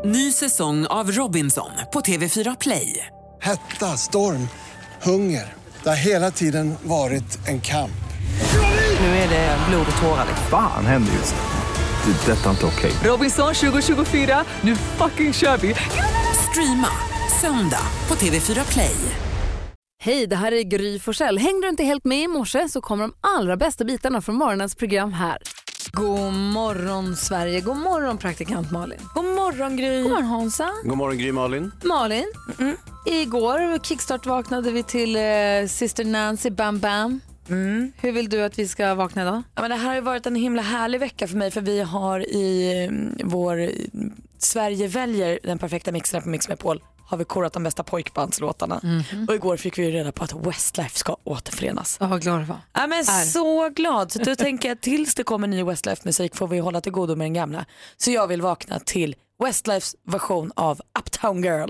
Ny säsong av Robinson på TV4 Play. Hetta, storm, hunger. Det har hela tiden varit en kamp. Nu är det blod och tårar. Fan händer just nu. Det. Detta är inte okej. Robinson 2024, nu fucking kör vi. Streama söndag på TV4 Play. Hej, det här är Gry Forssell. Hängde du inte helt med i morse så kommer de allra bästa bitarna från morgonens program här. God morgon Sverige, god morgon praktikant Malin. God morgon Gry. God morgon Hansa. God morgon Gry Malin. Malin, igår kickstart vaknade vi till Sister Nancy Bam Bam. Hur vill du att vi ska vakna idag? Ja, men det här har varit en himla härlig vecka för mig, för vi har i vår Sverige väljer den perfekta mixen på Mix Megapol har vi korat de bästa pojkbandslåtarna. Och igår fick vi ju reda på att Westlife ska återförenas. Vad glad du var. Ja, men så glad. Så då tänker jag att tills det kommer ny Westlife-musik får vi hålla till godo med den gamla. Så jag vill vakna till Westlifes version av Uptown Girl.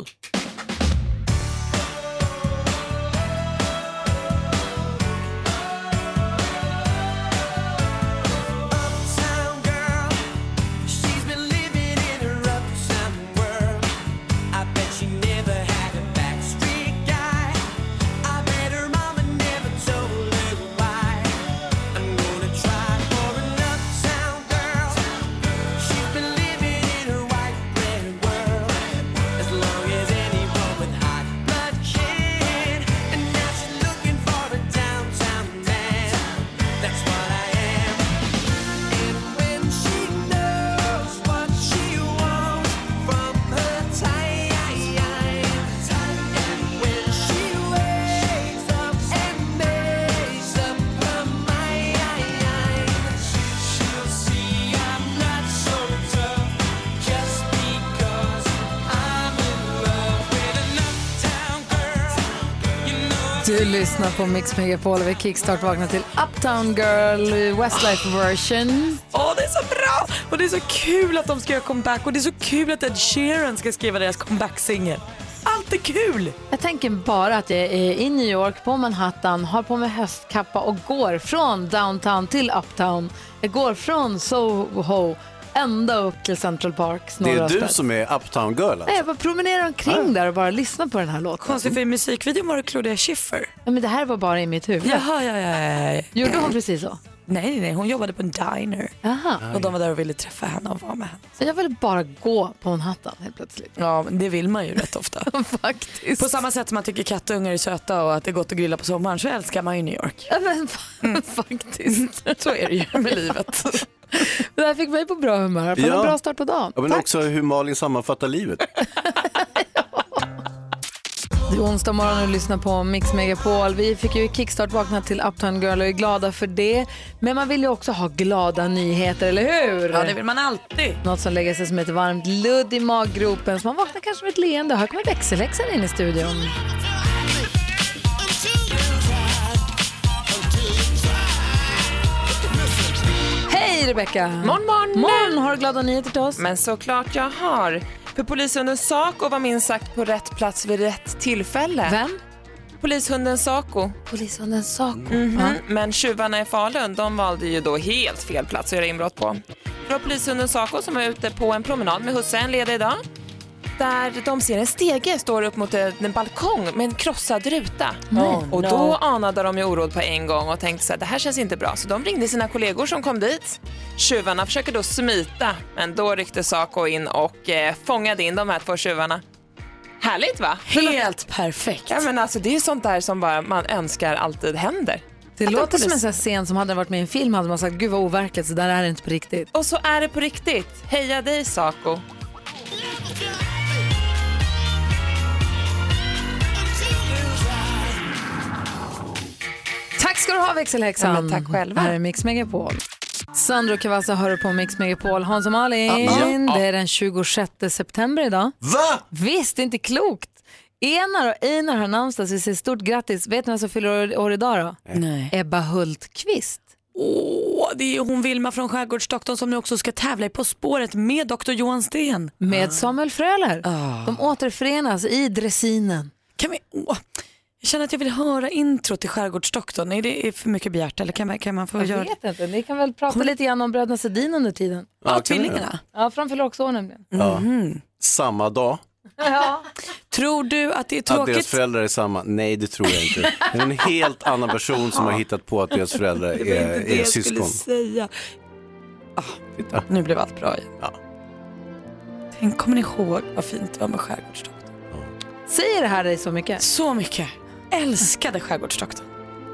Du lyssnar på Mix Megapol och vi kickstart vaknar till Uptown Girl Westlife version. Åh, det är så bra! Och det är så kul att de ska göra comeback. Och det är så kul att Ed Sheeran ska skriva deras comeback-singel. Allt är kul! Jag tänker bara att jag är i New York på Manhattan, har på mig höstkappa och går från downtown till uptown. Jag går från Soho ända upp till Central Park. Det är du som är Uptown Girl alltså. Nej, jag bara promenerar omkring där och bara lyssnar på den här låten. Konstigt, för i musikvideon var det Claudia Schiffer. Ja, men det här var bara i mitt huvud. Jaha. Gjorde hon precis så? Nej, hon jobbade på en diner. Aha. Och de var där och ville träffa henne och vara med henne. Så jag ville bara gå på Manhattan helt plötsligt. Ja, men det vill man ju rätt ofta. Faktiskt. På samma sätt som man tycker kattungar är söta och att det är gott att grilla på sommaren, så älskar man ju New York. Ja, men faktiskt. Så är det ju med livet. Det här fick mig på bra humör. Får en bra start på dagen. Ja, men också hur Malin sammanfattar livet. Det är onsdag morgon och lyssnar på Mix Megapol. Vi fick ju kickstart vakna till Uptown Girl och är glada för det. Men man vill ju också ha glada nyheter, eller hur? Ja, det vill man alltid. Något som lägger sig som ett varmt ludd i maggropen. Så man vaknar kanske med ett leende. Här kommer växelhäxan in i studion. Hej Rebecka! Morgon, har du glada nyheter till oss? Men såklart jag har. För polishunden Sako var minst sagt på rätt plats vid rätt tillfälle. Vem? Polishunden Sako. Polishunden Sako. Men tjuvarna i Falun, de valde ju då helt fel plats att göra inbrott på. Det var polishunden Sako som var ute på en promenad med husse en ledig dag. Där de ser en stege står upp mot en balkong med en krossad ruta. Och då anade de ju oråd på en gång och tänkte så här, det här känns inte bra. Så de ringde sina kollegor som kom dit. Tjuvarna försöker då smita, men då ryckte Sako in och fångade in de här två tjuvarna. Härligt va? Helt perfekt. Ja, men alltså det är sånt där som bara man önskar alltid händer. Det låter som en sån här scen som hade varit med i en film. Hade man sagt, gud vad overkligt, så där är det inte på riktigt. Och så är det på riktigt. Heja dig Sako. Tack ska du ha växelhäxan. Ja, men tack själva. Här är Mix Megapol. Sandro Cavazza hör på Mix Megapol. Hans och Malin, det är den 26 september idag. Va? Visst, det är inte klokt. Enar och Einar har namnsdag, så vi säger stort grattis. Vet ni vad som fyller år idag då? Nej. Ebba Hultqvist. Det är hon Vilma från Skärgårdsdoktorn som nu också ska tävla i På spåret med Dr. Johan Sten. Med Samuel Fröler. De återförenas i dressinen. Kan vi... Jag känner att jag vill höra intro till Skärgårdsdoktorn. Nej, det är för mycket begärt. Eller kan man få göra det? Jag vet inte. Ni kan väl prata lite grann om bröderna Sedin under tiden. Ja, tvillingarna. Ja, framför också år nämligen. samma dag. Ja. Tror du att det är Att tråkigt? deras föräldrar är samma? Nej, det tror jag inte. Det är en helt annan person som har hittat på att deras föräldrar är syskon. Jag skulle säga. Nu blev allt bra igen. Ja. Tänk, kommer ni ihåg vad fint det var med Skärgårdsdoktorn? Säger det här dig så mycket? Så mycket. Älskade Skärgårdsdoktorn.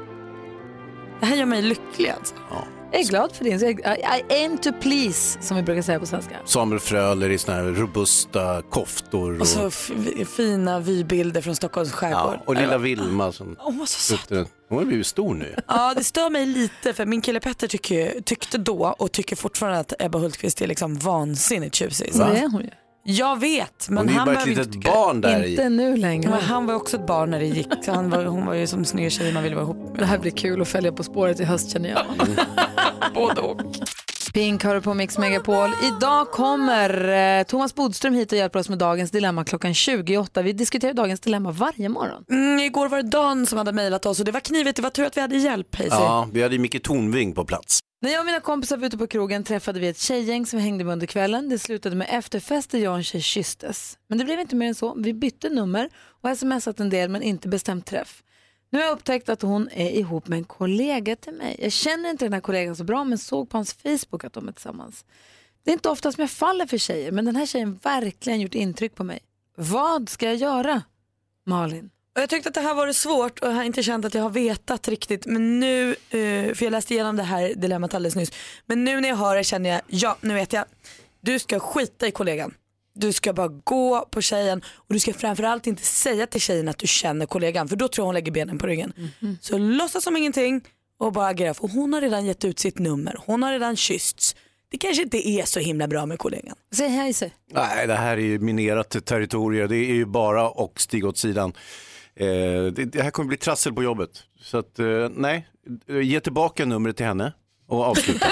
Det här gör mig lycklig alltså. Ja. Jag är glad för det. I aim to please, som vi brukar säga på svenska. Samuel Fröler i såna här robusta koftor. Och så fina vybilder från Stockholms skärgård. Ja, och lilla Vilma som Hon var så söt. Hon har blivit stor nu. Ja, det stör mig lite för min kille Petter tyckte då och tycker fortfarande att Ebba Hultqvist är liksom vansinnigt tjusig. Så det är hon ju. Jag vet, men hon är han ju bara ett litet barn där inte nu längre. Men han var också ett barn när det gick. Hon var ju som snygga tjej man ville vara ihop med. Det här blir kul att följa På spåret i höst, känner jag. Både och. Pink hör på Mix Megapol. Idag kommer Thomas Bodström hit och hjälper oss med dagens dilemma klockan 28. Vi diskuterar dagens dilemma varje morgon. Igår var det Dan som hade mejlat oss och det var knivigt. Det var tur att vi hade hjälp. Ja, vi hade Micke Tornving på plats. När jag och mina kompisar var ute på krogen träffade vi ett tjejgäng som vi hängde med under kvällen. Det slutade med efterfest där jag och en tjej kysstes. Men det blev inte mer än så. Vi bytte nummer och smsat en del men inte bestämt träff. Nu har jag upptäckt att hon är ihop med en kollega till mig. Jag känner inte den här kollegan så bra men såg på hans Facebook att de är tillsammans. Det är inte ofta som jag faller för tjejer men den här tjejen verkligen gjort intryck på mig. Vad ska jag göra, Malin? Jag tyckte att det här var svårt och jag har inte känt att jag har vetat riktigt. Men nu, för jag läste igenom det här dilemmat alldeles nyss. Men nu när jag hör det känner jag, ja nu vet jag. Du ska skita i kollegan. Du ska bara gå på tjejen och du ska framförallt inte säga till tjejen att du känner kollegan. För då tror hon lägger benen på ryggen. Så låtsas som ingenting och bara agera. För hon har redan gett ut sitt nummer. Hon har redan kyssts. Det kanske inte är så himla bra med kollegan. Säg hej sig. Nej, det här är ju minerat territorium. Det är ju bara och stiga åt sidan. Det här kommer bli trassel på jobbet. Så att, nej, ge tillbaka numret till henne och avsluta.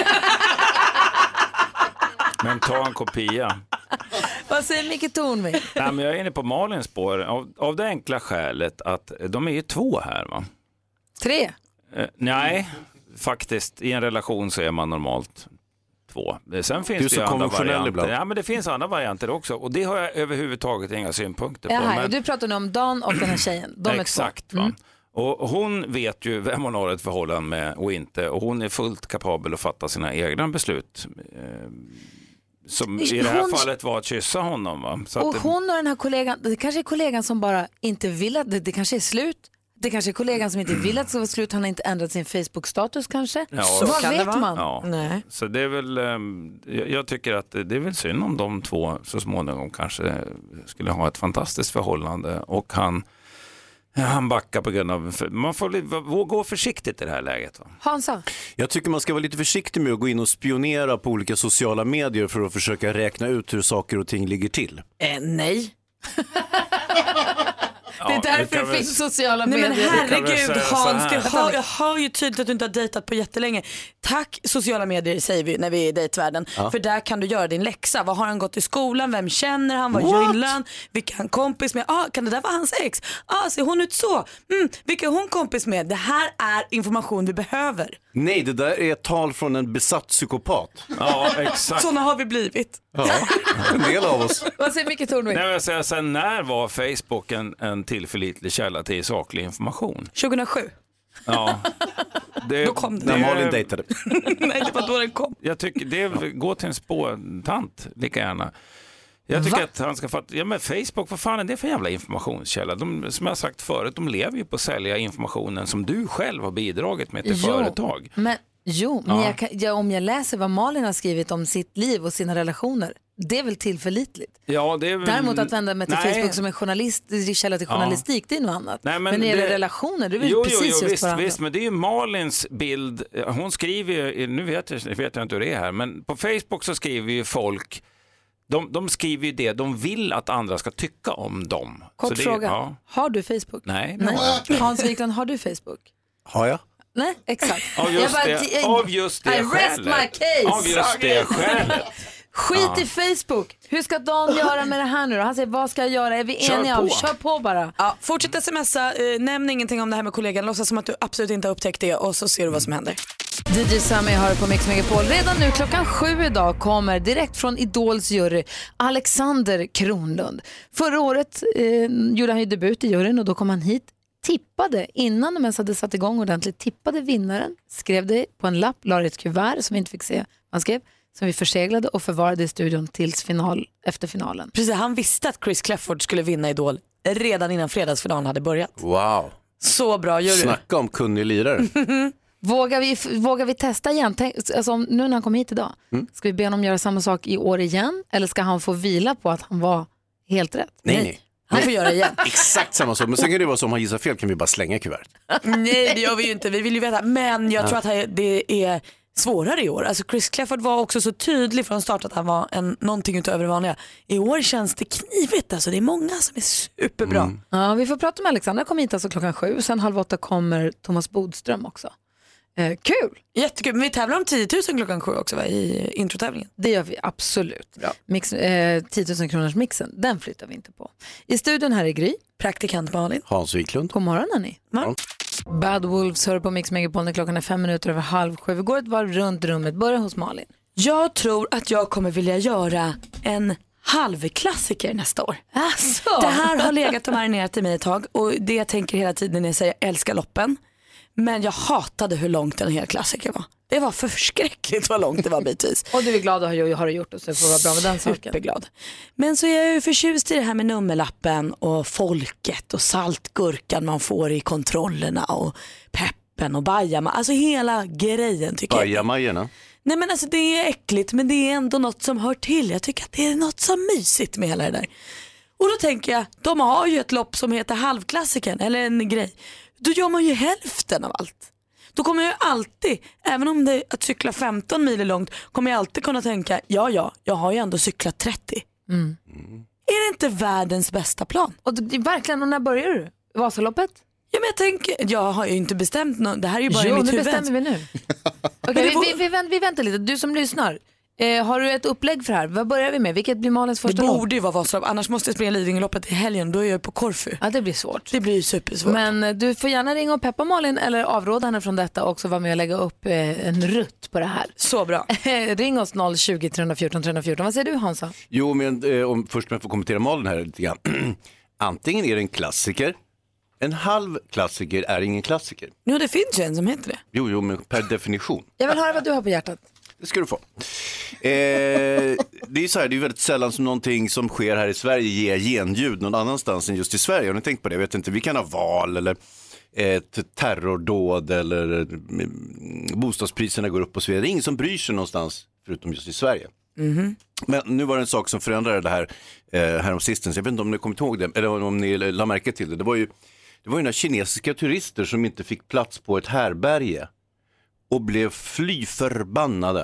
Men ta en kopia. Vad säger Micke Tornving? Nej, men jag är inne på Malins spår av det enkla skälet att de är ju 2 här, va? 3? Nej, faktiskt i en relation så är man normalt 2. Sen finns du är det så ju andra varianter. ibland. Ja, men det finns andra varianter också och det har jag överhuvudtaget inga synpunkter på. Jaha, Men... du pratar nu om Dan och den här tjejen. De är Exakt, 2. va? Och hon vet ju vem hon har ett förhållande med och inte. Och hon är fullt kapabel att fatta sina egna beslut. Som i det här fallet var att kyssa honom. Va? Så och hon och den här kollegan, det kanske är kollegan som bara inte vill att det kanske är slut. Det kanske är kollegan som inte vill att det ska vara slut. Han har inte ändrat sin Facebook-status kanske. Ja, så vad vet man? Ja. Nej. Så det är väl, jag tycker att det är väl synd om de 2 så småningom kanske skulle ha ett fantastiskt förhållande. Och han backar på grund av, man får gå försiktigt i det här läget. Va? Hansa? Jag tycker man ska vara lite försiktig med att gå in och spionera på olika sociala medier för att försöka räkna ut hur saker och ting ligger till. Nej. Det är därför det finns sociala medier. Nej men herregud Hans, jag hör ju tydligt att du inte har dejtat på jättelänge. Tack sociala medier säger vi när vi är i dejtvärlden. Ja. För där kan du göra din läxa. Vad har han gått i skolan? Vem känner han? Vad gillar han? Vilka han kompis med? Kan det där vara hans ex? Ser hon ut så? Vilka är hon kompis med? Det här är information vi behöver. Nej, det där är ett tal från en besatt psykopat. Ja, exakt. Såna har vi blivit. Ja, en del av oss. Vad säger Micke Tornving? Nej, jag säger sen, när var Facebook en tillförlitlig källa till saklig information? 2007. Ja. Då kom det. När Malin dejtade. Nej, det var då den kom. Jag tycker det går till en spåtant lika gärna. Jag tycker att han ska fatta, men Facebook, vad fan är det för jävla informationskälla? Som jag sagt förut, de lever ju på att sälja informationen som du själv har bidragit med till företag. Men om jag läser vad Malin har skrivit om sitt liv och sina relationer, det är väl tillförlitligt. Ja, det är väl... Däremot att vända mig till Facebook som en källa till journalistik, det är något annat. Nej, men när det är relationer, det är väl precis just varandra. Visst, men det är ju Malins bild. Hon skriver ju, nu vet jag inte hur det är här, men på Facebook så skriver ju folk, de skriver ju det, de vill att andra ska tycka om dem. Kort fråga, har du Facebook? Nej. Hans Wiklund, har du Facebook? Har jag? Nej, exakt. Av just det skälet. Skit i Facebook. Hur ska Dan göra med det här nu då? Han säger, vad ska jag göra? Är vi eniga om? Kör på bara. Ja, fortsätt smsa, nämn ingenting om det här med kollegan. Låtsas som att du absolut inte har upptäckt det och så ser du vad som händer. DJ Sammy har på Mix Megapol. Redan nu 7:00 idag kommer direkt från Idols jury Alexander Kronlund. Förra året gjorde han ju debut i juryn och då kom han hit, tippade innan de ens hade satt igång ordentligt, tippade vinnaren, skrev det på en lapp, la det i ett kuvert som vi inte fick se, han skrev, som vi förseglade och förvarade i studion tills efter finalen. Precis, han visste att Chris Clafford skulle vinna Idol redan innan fredagsfinalen hade börjat. Wow. Så bra jury. Snacka om kunnig lirare. Vågar vi testa igen? Alltså, nu när han kom hit idag, ska vi be honom göra samma sak i år igen? Eller ska han få vila på att han var helt rätt? Nej. Han får göra igen. Exakt samma sak, men sen kan det vara så om han gissar fel kan vi bara slänga kuvertet. Nej, det gör vi ju inte, vi vill ju veta. Men jag tror att det är svårare i år. Alltså Chris Clafford var också så tydlig från start att han var någonting utöver det vanliga. I år känns det knivigt, alltså det är många som är superbra. Ja, vi får prata med Alexander, kom hit alltså 7:00, sen 7:30 kommer Thomas Bodström också. Kul! Jättekul, men vi tävlar om 10 000 7:00 också va, i introtävlingen. Det gör vi absolut. 10 000 kronors mixen, den flyttar vi inte på. I studion här är Gry. Praktikant Malin. Hans Wiklund. God morgon hörni. Bad Wolves hör på Mix Megapol när klockan är 7:05. Vi går ett varv runt rummet, börja hos Malin. Jag tror att jag kommer vilja göra en halvklassiker nästa år. Alltså. Det här har legat och marinerat i mig ett tag och det jag tänker hela tiden är att jag älskar loppen. Men jag hatade hur långt en hel klassiker var. Det var förskräckligt vad långt det var bitvis. Och du är glad att har du gjort och så får vara bra med den saken. Superglad. Men så är jag ju förtjust i det här med nummerlappen och folket och saltgurkan man får i kontrollerna och peppen och bajamma. Alltså hela grejen tycker jag. Bajamajorna. Nej men alltså det är äckligt men det är ändå något som hör till. Jag tycker att det är något så mysigt med hela det där. Och då tänker jag, de har ju ett lopp som heter halvklassiken eller en grej. Då gör man ju hälften av allt. Då kommer jag alltid, även om det att cykla 15 mil är långt, kommer jag alltid kunna tänka, jag har ju ändå cyklat 30. Är det inte världens bästa plan? Och verkligen, och när börjar du? Vasaloppet? Ja men jag tänker, jag har ju inte bestämt något, det här är ju bara i mitt huvud. Jo, nu bestämmer vi nu. Okej, vi väntar lite, du som lyssnar. Har du ett upplägg för det här? Vad börjar vi med? Vilket blir Malins första lopp? Det borde ju vara Vasalopp, annars måste jag springa Lidingöloppet i helgen, då är jag på Korfu. Ja, det blir svårt. Det blir ju supersvårt. Men du får gärna ringa och peppa Malin eller avråda henne från detta och också vara med och lägga upp en rutt på det här. Så bra. Ring oss 020 314 314. Vad säger du Hansa? Jo, men först om jag får kommentera Malin här lite grann. Antingen är det en klassiker. En halv klassiker är ingen klassiker. Jo, det finns ju en som heter det. Jo, men per definition. Jag vill höra vad du har på hjärtat. Det ska du få. Det är så här, det är väldigt sällan som någonting som sker här i Sverige ger genljud någon annanstans än just i Sverige. Har ni tänkt på det? Jag vet inte, vi kan ha val eller ett terrordåd eller bostadspriserna går upp och så vidare. Det är ingen som bryr sig någonstans förutom just i Sverige. Men nu var det en sak som förändrade det här om sistens. Jag vet inte om ni kommer ihåg det eller om ni la märke till det. Det var ju några kinesiska turister som inte fick plats på ett härberge och blev fly förbannade.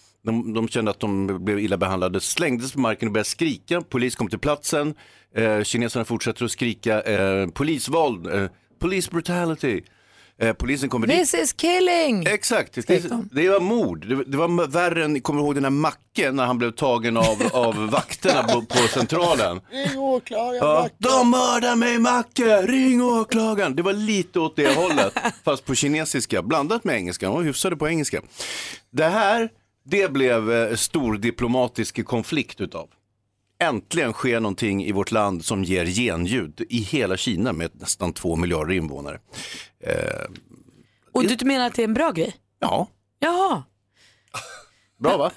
De kände att de blev illa behandlade, slängdes på marken och började skrika. Polis kom till platsen. Kineserna fortsätter att skrika polisvåld, police brutality. Polisen kommer dit. This is killing! Exakt, det var mord. Det var värre än, kommer du ihåg den här Macke när han blev tagen av vakterna på centralen? Ring åklagaren, de mördar mig Macke, ring åklagaren. Det var lite åt det hållet, fast på kinesiska, blandat med engelska. De var hyfsade på engelska. Det blev stor diplomatisk konflikt utav. Äntligen sker någonting i vårt land som ger genljud i hela Kina med nästan 2 miljarder invånare. Och du menar att det är en bra grej? Ja. Jaha. Bra va?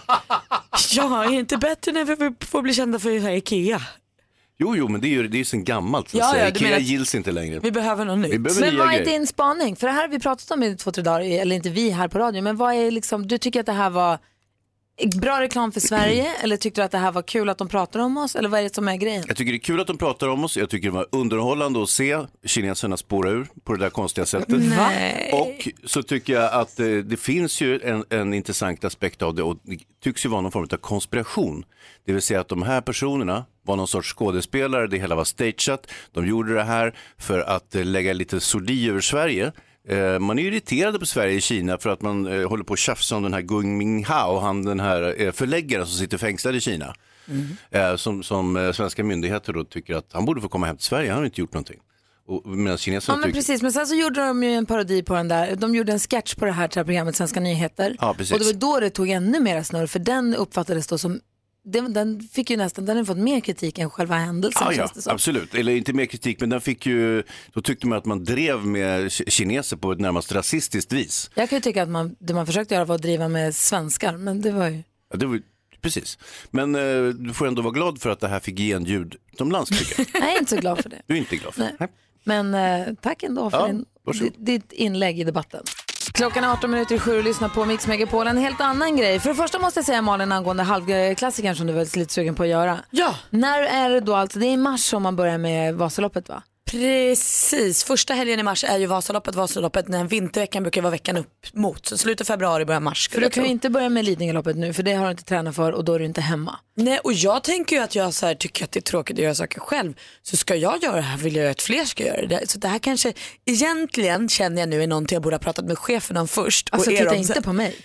Ja, är det inte bättre när vi får bli kända för Ikea? Jo, men det är ju sen gammalt. Ja, Ikea gills inte längre. Vi behöver något nytt. Men vad är din spaning? För det här har vi pratat om i 2-3 dagar, eller inte vi här på radio, men vad är liksom, du tycker att det här var bra reklam för Sverige eller tyckte du att det här var kul att de pratar om oss eller vad är det som är grejen? Jag tycker det är kul att de pratar om oss. Jag tycker det var underhållande att se kineserna spåra ur på det där konstiga sättet. Nej. Och så tycker jag att det finns ju en intressant aspekt av det och det tycks ju vara någon form av konspiration. Det vill säga att de här personerna var någon sorts skådespelare, det hela var stageat. De gjorde det här för att lägga lite sordi över Sverige. Man är irriterad på Sverige i Kina för att man håller på att tjafsa om den här Gung Minghao, han den här förläggaren som sitter fängslad i Kina. Som svenska myndigheter då tycker att han borde få komma hem till Sverige, han har inte gjort någonting. medan kineserna men precis, men sen så gjorde de ju en parodi på den där. De gjorde en sketch på det här programmet Svenska nyheter. Ja, precis. Och det var då det tog ännu mer snurr, för den uppfattades då som den fick ju nästan, den har fått mer kritik än själva händelsen. Ja, absolut. Eller inte mer kritik, men den fick ju, då tyckte man att man drev med kineser på ett närmast rasistiskt vis. Jag kan ju tycka att det man försökte göra var att driva med svenskar, men det var ju... Ja, det var precis. Men du får ändå vara glad för att det här fick genljud utomlands, tycker jag. Jag är inte så glad för det. Du är inte glad för det? Nej. Men tack ändå för ditt inlägg i debatten. Klockan är 18:07 och lyssnar på Mix Megapol. En helt annan grej. För det första måste jag säga, Malin, angående halvklassikern som du var lite sugen på att göra. Ja. När är det då? Alltså, det är i mars som man börjar med Vasaloppet, va? Precis, första helgen i mars är ju Vasaloppet när vinterveckan brukar vara veckan upp mot. Så slutet februari börjar mars. För du kan ju inte börja med Lidingöloppet nu, för det har du inte tränat för och då är du inte hemma. Nej, och jag tänker ju att jag så här, tycker att det är tråkigt att göra saker själv. Så ska jag göra det här vill jag att fler ska göra det. Så det här kanske, egentligen känner jag nu är någonting jag borde ha pratat med chefen om först. Alltså och titta inte på mig.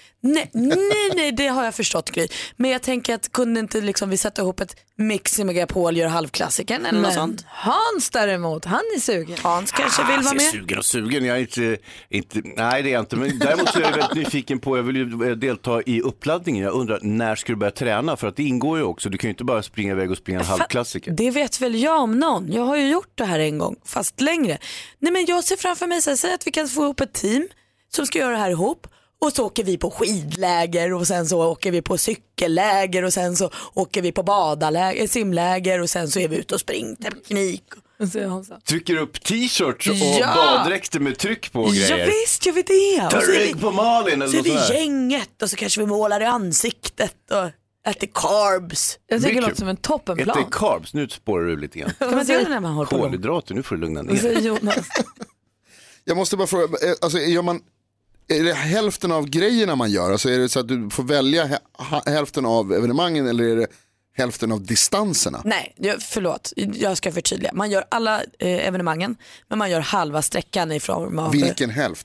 Nej, det har jag förstått, Gry. Men jag tänker att kunde inte liksom vi sätta ihop ett Mix i Megapol, gör halvklassiken eller något sånt. Hans däremot, han är sugen. Hans kanske vill vara med. Sugen. Jag är inte, nej det är jag inte. Men däremot så är jag väldigt nyfiken på, jag vill ju delta i uppladdningen. Jag undrar, när ska du börja träna? För att det ingår ju också, du kan ju inte bara springa iväg och springa en halvklassiker. Det vet väl jag om någon. Jag har ju gjort det här en gång, fast längre. Nej, men jag ser framför mig så här, säg att vi kan få ihop ett team som ska göra det här ihop. Och så åker vi på skidläger och sen så åker vi på cykelläger och sen så åker vi på simläger och sen så är vi ute och springteknik. Trycker upp t-shirts och baddräkter med tryck på och grejer. Ja visst, jag vet det. Ta rygg på Malin eller så är vi sådär. Gänget och så kanske vi målar i ansiktet och äter carbs. Jag tycker det låter som en toppenplan. Äter carbs, nu spårar du lite grann. Kan man säga det när man håller på? Kolhydrater, nu får du lugna ner. Jag måste bara fråga, alltså är det hälften av grejerna man gör? Alltså är det så att du får välja hälften av evenemangen eller är det hälften av distanserna? Nej, förlåt. Jag ska förtydliga. Man gör alla evenemangen, men man gör halva sträckan i form av... Vilken hälft?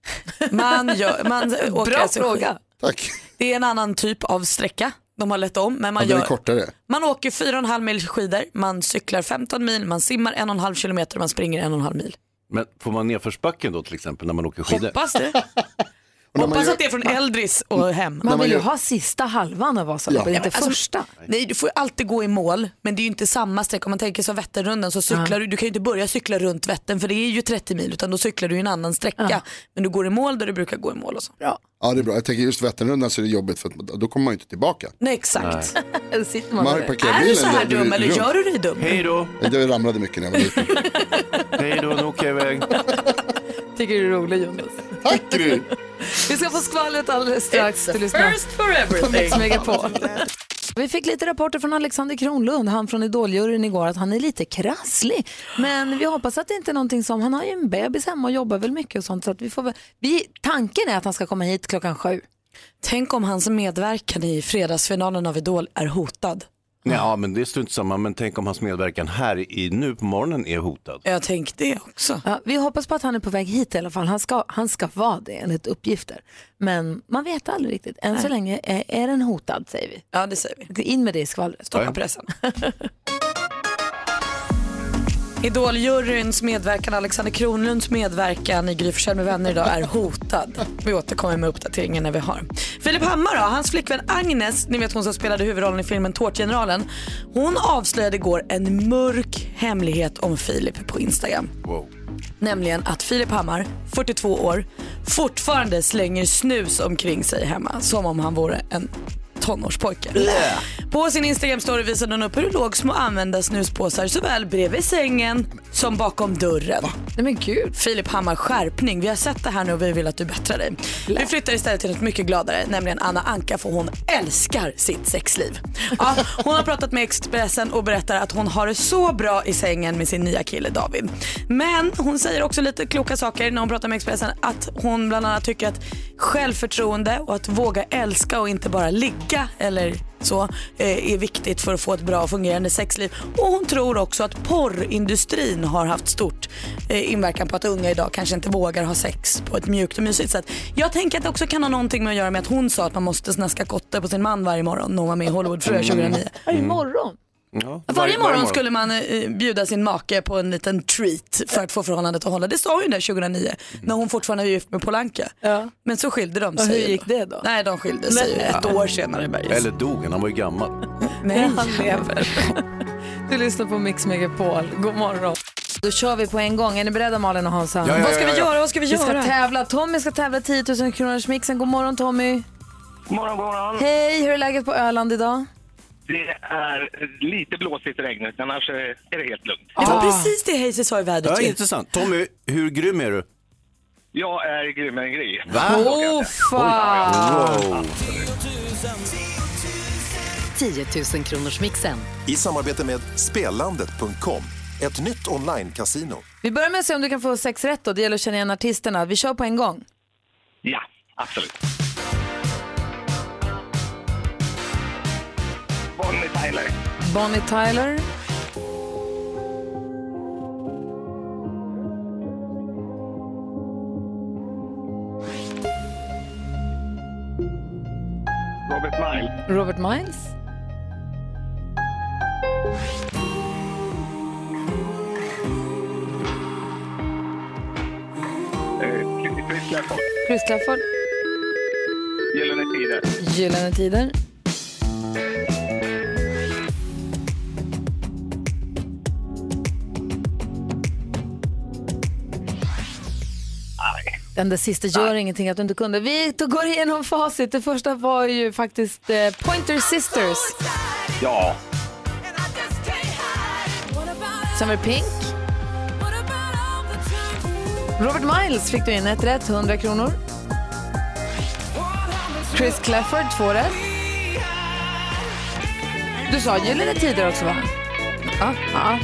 Man åker Bra fråga. Tack. Det är en annan typ av sträcka. De har lett om, men man gör kortare. Man åker 4,5 mil skidor, man cyklar 15 mil, man simmar 1,5 kilometer, man springer 1,5 mil. Men får man nedförsbacken då till exempel när man åker skidor? Hoppas det. Hoppas att det är från Eldris och hem. Man vill ju ha sista halvan av Vasaloppet, inte första. Nej, du får alltid gå i mål, men det är ju inte samma sträcka. Om man tänker så Vätternrundan så cyklar du kan ju inte börja cykla runt Vättern för det är ju 30 mil utan då cyklar du i en annan sträcka. Men du går i mål där du brukar gå i mål och så. Ja, det är bra. Jag tänker just Vätternrundan så är det jobbigt för att då kommer man ju inte tillbaka. Nej, exakt. Sitter man är du så här dum eller gör du dig dum? Hej då. Jag ramlade mycket när jag var liten. Hej då, nu åker jag iväg. Tycker du är rolig, Jonas? Tack, Gry. Vi ska få skvallret alldeles strax. Du lyssnar på Mix Megapol. Vi fick lite rapporter från Alexander Kronlund, han från Idoljuryn igår, att han är lite krasslig. Men vi hoppas att det inte är någonting som, han har ju en bebis hemma och jobbar väl mycket och sånt. Så att tanken är att han ska komma hit 7:00. Tänk om hans medverkan i fredagsfinalen av Idol är hotad. Ja, men det är strunt samma. Men tänk om hans medverkan här nu på morgonen är hotad. Jag tänkte det också. Ja, vi hoppas på att han är på väg hit i alla fall. Han ska vara det enligt uppgifter. Men man vet aldrig riktigt. Än så länge är den hotad, säger vi. Ja, det säger vi. In med det i skvallret. Stoppa pressen. Idoljuryns medverkan, Alexander Kronlunds medverkan i Gry Forssell med vänner idag är hotad. Vi återkommer med uppdateringen när vi har. Filip Hammar då, hans flickvän Agnes, ni vet hon som spelade huvudrollen i filmen Tårtgeneralen. Hon avslöjade igår en mörk hemlighet om Filip på Instagram. Wow. Nämligen att Filip Hammar, 42 år, fortfarande slänger snus omkring sig hemma som om han vore en tonårspojke. På sin Instagram-story visade hon upp hur det låg små använda snuspåsar såväl bredvid sängen som bakom dörren. Nej men gud. Filip Hammar, skärpning. Vi har sett det här nu och vi vill att du bättrar dig. Vi flyttar istället till något mycket gladare, nämligen Anna Anka, för hon älskar sitt sexliv. Ja, hon har pratat med Expressen och berättar att hon har det så bra i sängen med sin nya kille David. Men hon säger också lite kloka saker när hon pratar med Expressen, att hon bland annat tycker att självförtroende och att våga älska och inte bara ligga eller så är viktigt för att få ett bra och fungerande sexliv. Och hon tror också att porrindustrin har haft stort inverkan på att unga idag kanske inte vågar ha sex på ett mjukt och mysigt sätt. Jag tänker att det också kan ha någonting med att göra med att hon sa att man måste snaska kotte på sin man varje morgon när hon var med i Hollywood för 2009. Varje morgon? Ja, varje morgon skulle man bjuda sin make på en liten treat för att få förhållandet att hålla. Det sa hon där 2009 när hon fortfarande var gift med Polanka. Ja. Men så skilde de sig. Och hur gick det då? Nej, de skilde sig ju ett år senare. Eller dog han var ju gammal. Nej, han lever. Du lyssnar på Mix Megapol. God morgon. Då kör vi på en gång. Är ni beredda, Malin och Hansa? Vad ska vi göra? Vi ska tävla. Tommy ska tävla 10 000 kronors mixen. God morgon, Tommy. God morgon. Hej, hur är läget på Öland idag? Det är lite blåsigt och regnigt, annars är det helt lugnt. Det var precis det Hayes sa i vädret. Ja, intressant. Tommy, hur grym är du? Jag är grymmare än Gry. Va? Fan! 10 000 kronors mixen. I samarbete med Spelandet.com. Ett nytt online-casino. Vi börjar med att se om du kan få 6 rätt då. Det gäller att känna igen artisterna. Vi kör på en gång. Ja, absolut. Bonnie Tyler. Robert Miles. Chris Clafford. Gyllene Tider. Den där sista gör ingenting att du inte kunde. Vi går igenom facit. Det första var ju faktiskt Pointer Sisters. Ja. Sen var det Pink. Robert Miles fick du in 1 rätt, 100 kronor. Chris Clafford 2 rätt. Du sa Gyllene Tider också, va? Ja.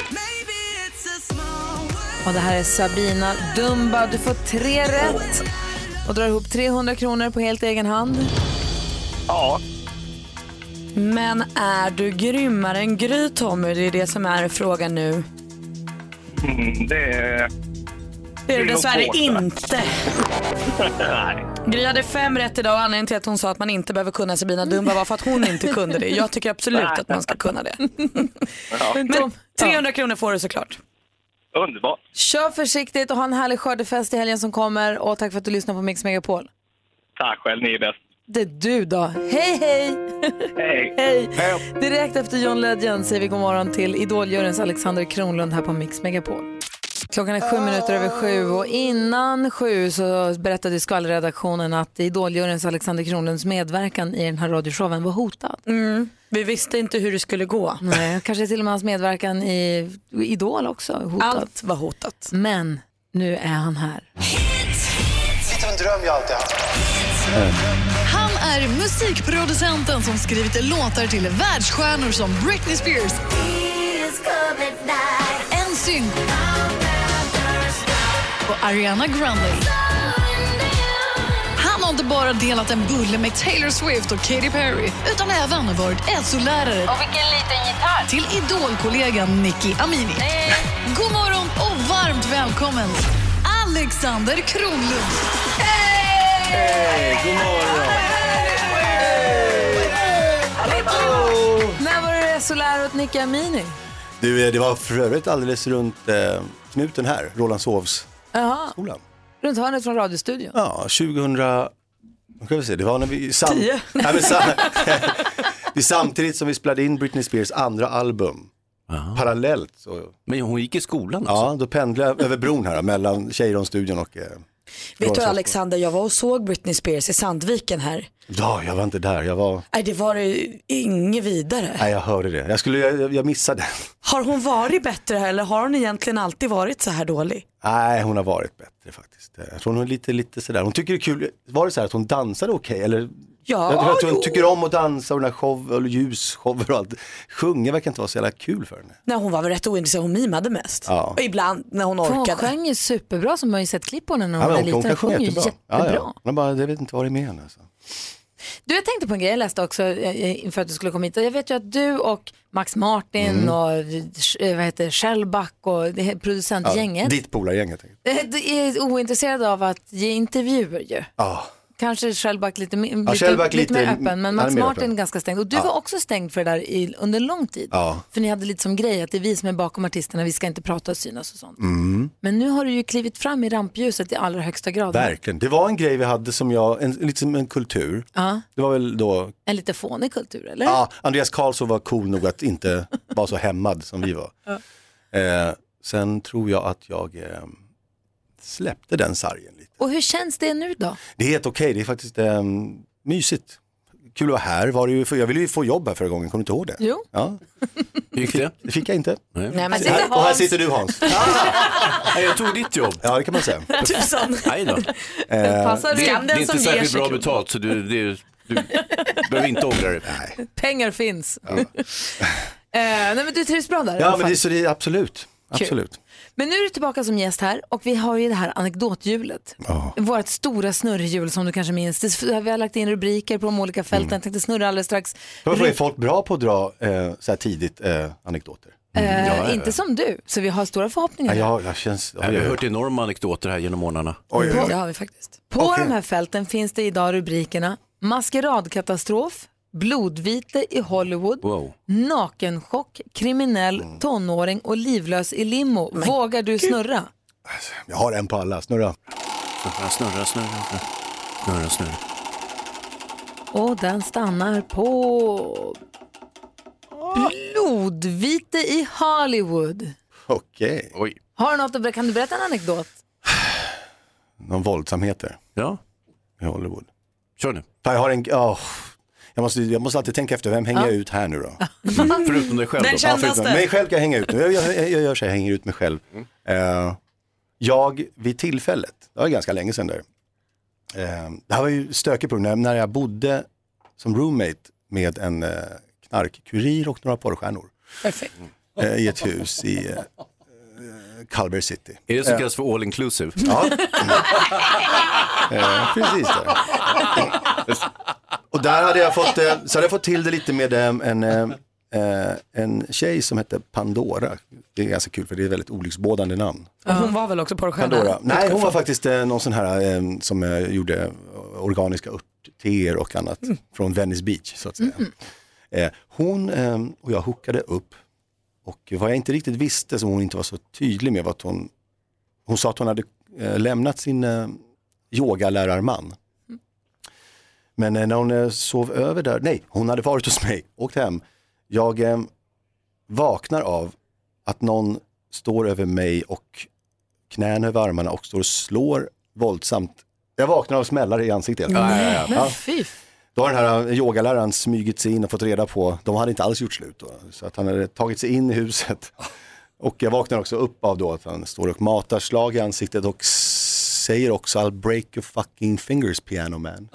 Och det här är Sabina Dumba. Du får 3 rätt och drar ihop 300 kronor på helt egen hand. Ja. Men är du grymmare än Gry, Tommy? Det är det som är frågan nu. Det är du dessvärre inte. Nej. Gry hade 5 rätt idag och anledningen till att hon sa att man inte behöver kunna Sabina Dumba var för att hon inte kunde det. Jag tycker absolut att man ska kunna det. Men 300 kronor får du såklart. Underbart. Kör försiktigt och ha en härlig skördefest i helgen som kommer. Och tack för att du lyssnar på Mix Megapol. Tack själv, ni är bäst. Det är du då. Hej, hej! Hej! Hej! Direkt efter John Legend säger vi god morgon till Idoljuryns Alexander Kronlund här på Mix Megapol. Klockan är 7:07 och innan 7 så berättade skvallredaktionen att Idoljuryns Alexander Kronlunds medverkan i den här radioshowen var hotad. Vi visste inte hur det skulle gå. Nej, kanske till och med hans medverkan i Idol också hotad. Allt var hotat. Men nu är han här. Lite av en dröm jag alltid haft. Han är musikproducenten som skrivit låtar till världsstjärnor som Britney Spears, NSYNC och Ariana Grande. Han har inte bara delat en bulle med Taylor Swift och Katy Perry utan även varit SO-lärare och vilken liten gitarr till idolkollegan Nicki Amini. God morgon och varmt välkommen Alexander Kronlund. Hej, god morgon. När var du SO-lärare åt Nicki Amini? Du, det var för övrigt alldeles runt knuten här, Rålambshovs skolan. Runt hörnet från radiostudion? Ja, 2000, vad ska vi säga, det var när vi det är samtidigt som vi spelade in Britney Spears andra album. Aha. Parallellt. Så. Men hon gick i skolan också? Ja, då pendlade jag över bron här mellan Tjejronstudion och vet du Alexander, jag var och såg Britney Spears i Sandviken här. Ja, jag var inte där. Nej, det var inget vidare. Nej, jag hörde det. Jag missade. Har hon varit bättre eller har hon egentligen alltid varit så här dålig? Nej, hon har varit bättre faktiskt. Jag tror hon är lite sådär. Hon tycker det är kul. Var det så här att hon dansade okej? Eller? Ja, jag tror hon tycker om att dansa och den här show, eller ljusshower och allt. Sjunga verkar inte vara så jävla kul för henne. Nej, hon var väl rätt ointresserad. Hon mimade mest. Ja. Och ibland när hon orkade. Hon sjöng ju superbra som man har ju sett klipp på henne när hon var liten. Hon kan sjunga jättebra. Ja. Jag vet inte vad det är med henne. Alltså. Du, jag tänkte på en grej, jag läste också inför att du skulle komma hit. Jag vet ju att du och Max Martin och Shellback och producentgänget. Ditt polargänget. Du är ointresserad av att ge intervjuer ju. Ja. Kanske Shellback lite mer öppen, men Mats Martin är ganska stängd. Och du var också stängd för det där under lång tid. Ja. För ni hade lite som grej att det är vi som är bakom artisterna, vi ska inte prata och synas och sånt. Men nu har du ju klivit fram i rampljuset i allra högsta grad. Verkligen, det var en grej vi hade som lite som en kultur. Det var väl då... En lite fånig kultur, eller? Ja, Andreas Karlsson var cool nog att inte vara så hämmad som vi var. Sen tror jag att jag släppte den sargen lite. Och hur känns det nu då? Det är helt okej, det är faktiskt mysigt. Kul att vara här. Jag ville ju få jobb här förra gången, kommer du inte ihåg det? Jo. Ja. Gick det? Det fick jag inte. Nej, men och här sitter du, Hans. Jag tog ditt jobb. Ja, det kan man säga. Tusan. Nej då. Det är inte särskilt bra betalt, så du behöver inte ångra dig. Pengar finns. Nej, men du trivs bra där. Ja, men det är absolut. Absolut. Men nu är du tillbaka som gäst här och vi har ju det här anekdothjulet. Vårt stora snurrhjul som du kanske minns. Vi har lagt in rubriker på de olika fälten. Jag tänkte snurra alldeles strax. Är folk bra på att dra så här tidigt anekdoter? Inte som du, så vi har stora förhoppningar. Jag har hört enorma anekdoter här genom månaderna. Det har vi faktiskt. På de här fälten finns det idag rubrikerna maskeradkatastrof, blodvite i Hollywood, nakenchock, kriminell, tonåring och livlös i limo. Vågar du snurra? Jag har en på alla, snurra. Snurra. Och den stannar på blodvite i Hollywood. Okej. Oj. Har du något kan du berätta en anekdot? Någon våldsamheter. Ja. I Hollywood. Kör nu. Jag har en... Jag måste alltid tänka efter, vem hänger jag ut här nu då? Förutom dig själv då? Den kändaste. Mig själv kan jag hänga ut nu. Jag gör så, jag hänger ut mig själv. Jag vid tillfället, det var ganska länge sedan där. Det här var ju stökigt på när jag bodde som roommate med en knarkkurir och några porrstjärnor. Perfekt. I ett hus i Culver City. Är det som kallas för all inclusive? Ja. Precis där. Och där hade jag fått till det lite med en tjej som hette Pandora. Det är ganska kul för det är ett väldigt olycksbådande namn. Och hon var väl också porrstjärna? Pandora. Nej, hon var faktiskt någon sån här som gjorde organiska örtteer och annat från Venice Beach så att säga. Hon och jag hookade upp och vad jag inte riktigt visste som hon inte var så tydlig med var att hon sa att hon hade lämnat sin yogalärarman. Men när hon sov över där, nej, hon hade varit hos mig, åkt hem. Jag vaknar av att någon står över mig och knän över armarna och står och slår våldsamt. Jag vaknar av smällar i ansiktet. Men fy. Då har den här yogaläraren smygit sig in och fått reda på, de hade inte alls gjort slut då, så att han hade tagit sig in i huset. Och jag vaknar också upp av då att han står och matar slag i ansiktet och säger också I'll break your fucking fingers piano man.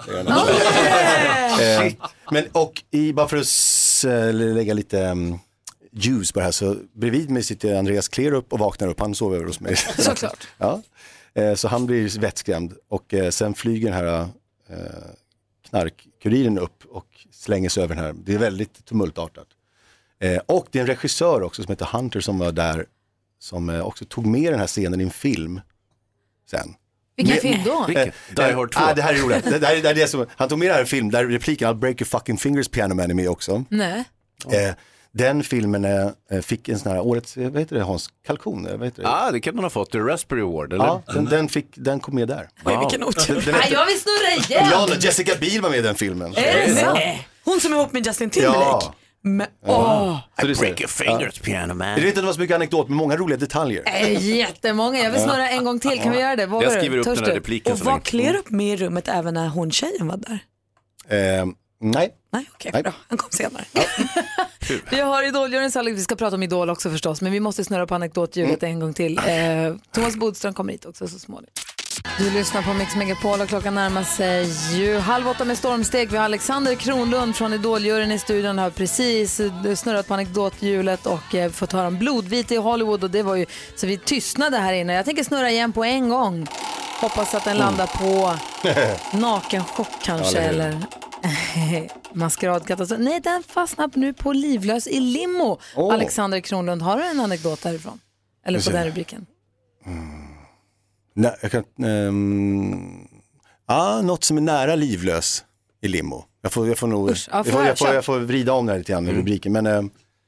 Men bara för att lägga lite ljus på det här så bredvid mig sitter Andreas Klerup och vaknar upp, han sover över hos mig. Såklart. Ja. Så han blir vettskrämd och sen flyger den här knarkkuriren upp och slänger sig över den här. Det är väldigt tumultartat. Och det är en regissör också som heter Hunter som var där som också tog med den här scenen i en film sen. Vilken film då? Die Hard 2. Det här är roligt. Det är det som, han tog med den här film där repliken I'll break your fucking fingers piano man är med också. Nej. Den filmen fick en sån här årets, vad heter det, Hans kalkon, vad heter det? Ja, det kan man ha fått, det Raspberry Award, eller? Ja, den kom med där. Oj, vilken otur. Jag vill snurra igen. Ja, Jessica Biel var med i den filmen. Nej. Hon som är ihop med Justin Timberlake. Ja. I break your fingers piano man. Jag vet inte det var så mycket anekdot med många roliga detaljer. Jättemånga, jag vill snurra en gång till, kan vi göra det? Jag skriver upp den här repliken. Och var Klerup med i rummet även när hon tjejen var där? Nej. Nej, okej, bra. Han kom senare. Vi har Idol-juryn, Alex, vi ska prata om Idol också förstås, men vi måste snurra på anekdothjulet en gång till. Thomas Bodström kommer hit också så småningom. Du lyssnar på Mix Megapol och klockan närmar sig ju 7:30 med stormsteg. Vi har Alexander Kronlund från Idol-juryn i studion, har precis snurrat på anekdothjulet och fått höra om blodvite i Hollywood och det var ju, så vi tystnade här inne. Jag tänker snurra igen på en gång. Hoppas att den landar på nakenchock kanske, eller maskeradkatastrof. Nej, den fastnar nu på livlös i limo. Alexander Kronlund, har du en anekdot därifrån? Eller på den rubriken? Nej, jag kan... Något som är nära livlös i limo. Jag får nog jag får vrida om det här lite grann med rubriken. Men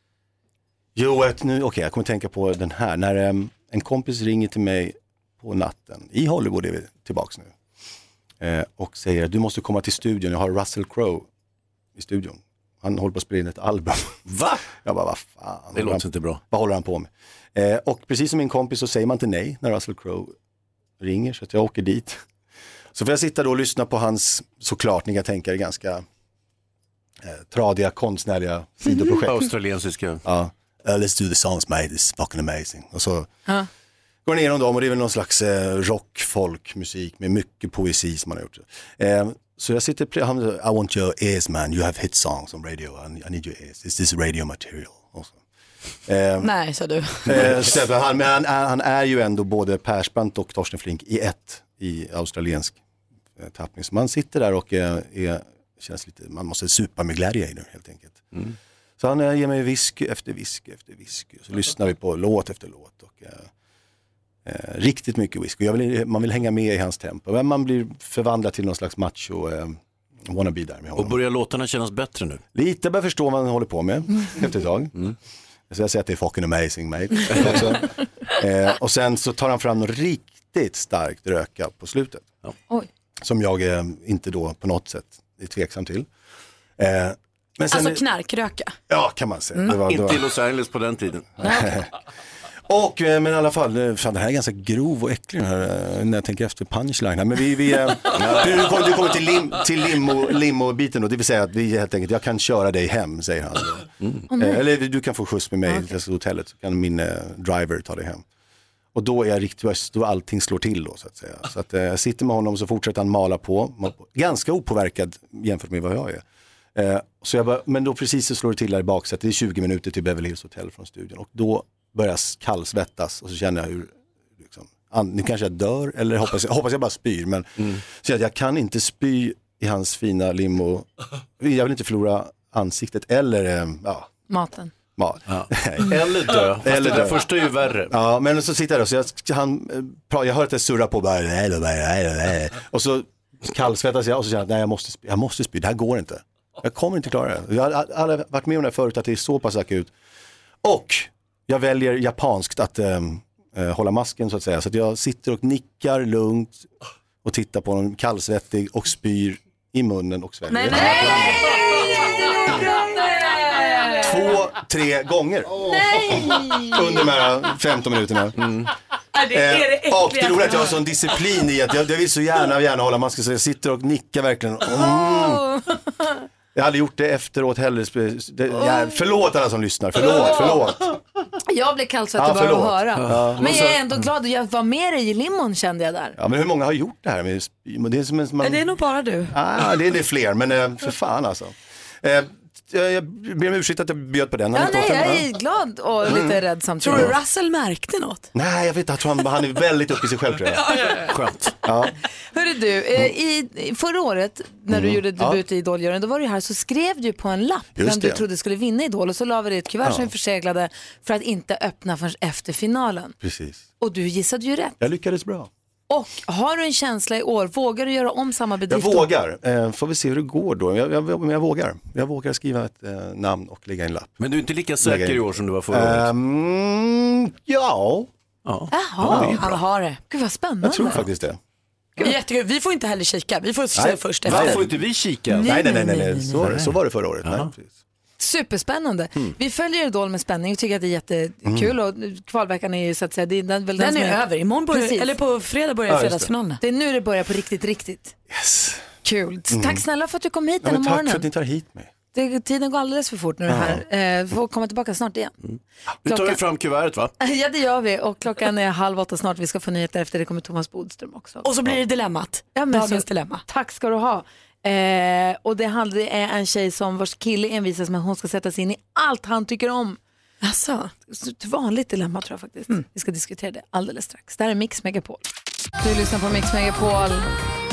jag kommer tänka på den här. När en kompis ringer till mig på natten, i Hollywood är vi tillbaka nu, och säger att du måste komma till studion, jag har Russell Crowe i studion. Han håller på att spela in ett album. Va? Jag bara, vad fan. Det låter inte bra. Vad håller han på med? Och precis som min kompis så säger man inte nej när Russell Crowe ringer, så att jag åker dit. Så får jag sitta då och lyssna på hans, såklart, ni kan tänka er, ganska tradiga konstnärliga sidoprojekt. Australiensiska. Ja. Let's do the songs mate, it's fucking amazing. Och så går ner igenom dem och det är väl någon slags rock, folk, musik med mycket poesi som man har gjort. Så jag sitter, I want your ears man, you have hit songs on radio, I need your ears, is this radio material? Nej, sa du. Han är ju ändå både Persbrandt och Torsten Flink i ett i australiensk tappning. Så man sitter där och känns lite, man måste supa med glädje i det helt enkelt. Så han ger mig whisky efter whisky efter whisky. Så lyssnar vi på låt efter låt. Och, riktigt mycket whisky. Man vill hänga med i hans tempo. Men man blir förvandlad till någon slags macho wannabe där med honom. Och börjar låtarna kännas bättre nu? Lite börjar förstå vad han håller på med efter ett tag. Så jag säger att det är fucking amazing mate. Och sen så tar han fram något riktigt starkt röka på slutet. Oj. Som jag inte då på något sätt är tveksam till. Men sen, alltså knarkröka. Ja, kan man säga. Inte i Los Angeles på den tiden. Och men i alla fall, fan, det här är ganska grov och äcklig när jag tänker efter punchline här. Men vi du kommer till limo-biten då, det vill säga att vi helt enkelt, jag kan köra dig hem, säger han. Eller du kan få skjuts med mig till hotellet, så kan min driver ta dig hem. Och då är jag riktigt, då allting slår till då, så att säga. Så att jag sitter med honom och så fortsätter han mala på. Ganska opåverkad jämfört med vad jag är. Så jag bara, men då precis så slår det till där i baksätet. Det är 20 minuter till Beverly Hills Hotel från studion. Och då börjar jag kallsvettas och så känner jag hur liksom, nu kanske jag dör eller hoppas jag bara spyr. Men så att jag kan inte spy i hans fina limo. Jag vill inte förlora ansiktet eller maten. Ja. Eller dö. Eller dö. Det första är ju värre. Ja, men så sitter jag så jag hör att det surrar på bara, och så kallsvettas jag och så känner jag, nej, jag måste spy, det här går inte. Jag kommer inte klara det. Jag har aldrig varit med om det förut, att det är så pass akut. Och jag väljer japanskt att hålla masken, så att säga. Så att jag sitter och nickar lugnt och tittar på honom kallsvettig och spyr i munnen och sväljer. Nej! 2-3 gånger. Under de här 15 minuterna. Det är det äckliga. Och det roliga att jag har sån disciplin i att jag vill så gärna hålla masken, så jag sitter och nickar verkligen. Jag hade gjort det efteråt heller. Förlåt alla som lyssnar. Förlåt. Jag blev kallsvettig bara att höra. Men jag är ändå glad att jag var med dig i limon, kände jag där. Ja, men hur många har gjort det här? Det är som det är nog bara du. Det är fler, men för fan alltså. Jag ber om ursäkt att jag bjöd på den. Jag är glad och lite rädd samtidigt. Tror du Russell märkte något? Nej, jag vet inte. Han är väldigt uppe i sig själv, tror jag. Skönt. Ja. Hörru du, i förra året när du gjorde debut i Idol-juryn, då var du här, så skrev du på en lapp vem du trodde skulle vinna Idol, och så la vi det i ett kuvert som vi förseglade för att inte öppna förrän efter finalen. Precis. Och du gissade ju rätt. Jag lyckades bra. Och har du en känsla i år, vågar du göra om samma bedrift? Jag vågar, får vi se hur det går då. Jag vågar. Jag vågar skriva ett namn och lägga en lapp. Men du är inte lika säker i år som du var förra året? Ja. Jaha, han har det. Gud vad spännande. Jag tror faktiskt det. Jättekul. Vi får inte heller kika, vi får se först efter. Varför får inte vi kika? Nej. Så var det förra året. Nej, superspännande. Vi följer Idol med spänning och tycker att det är jättekul. Och kvalveckan är ju så att säga, den är över. Imorgon börjar, eller på fredag börjar fredagsfinalen. Det är nu det börjar på riktigt. Yes. Kul. Tack snälla för att du kom hit den här morgonen. Tack för att ni tar hit mig. Tiden går alldeles för fort nu här. Får komma tillbaka snart igen. Nu tar vi fram kuvertet, va? Ja, det gör vi. Och klockan är 7:30 snart. Vi ska få nyheter efter. Det kommer Thomas Bodström också. Och så blir det dilemmat. Dagens dilemma. Tack ska du ha. Och det handlar om en tjej som vars kille envisas med att hon ska sätta sig in i allt han tycker om. Alltså, ett vanligt dilemma tror jag faktiskt. Vi ska diskutera det alldeles strax. Det här är Mix Megapol. Du lyssnar på Mix Megapol.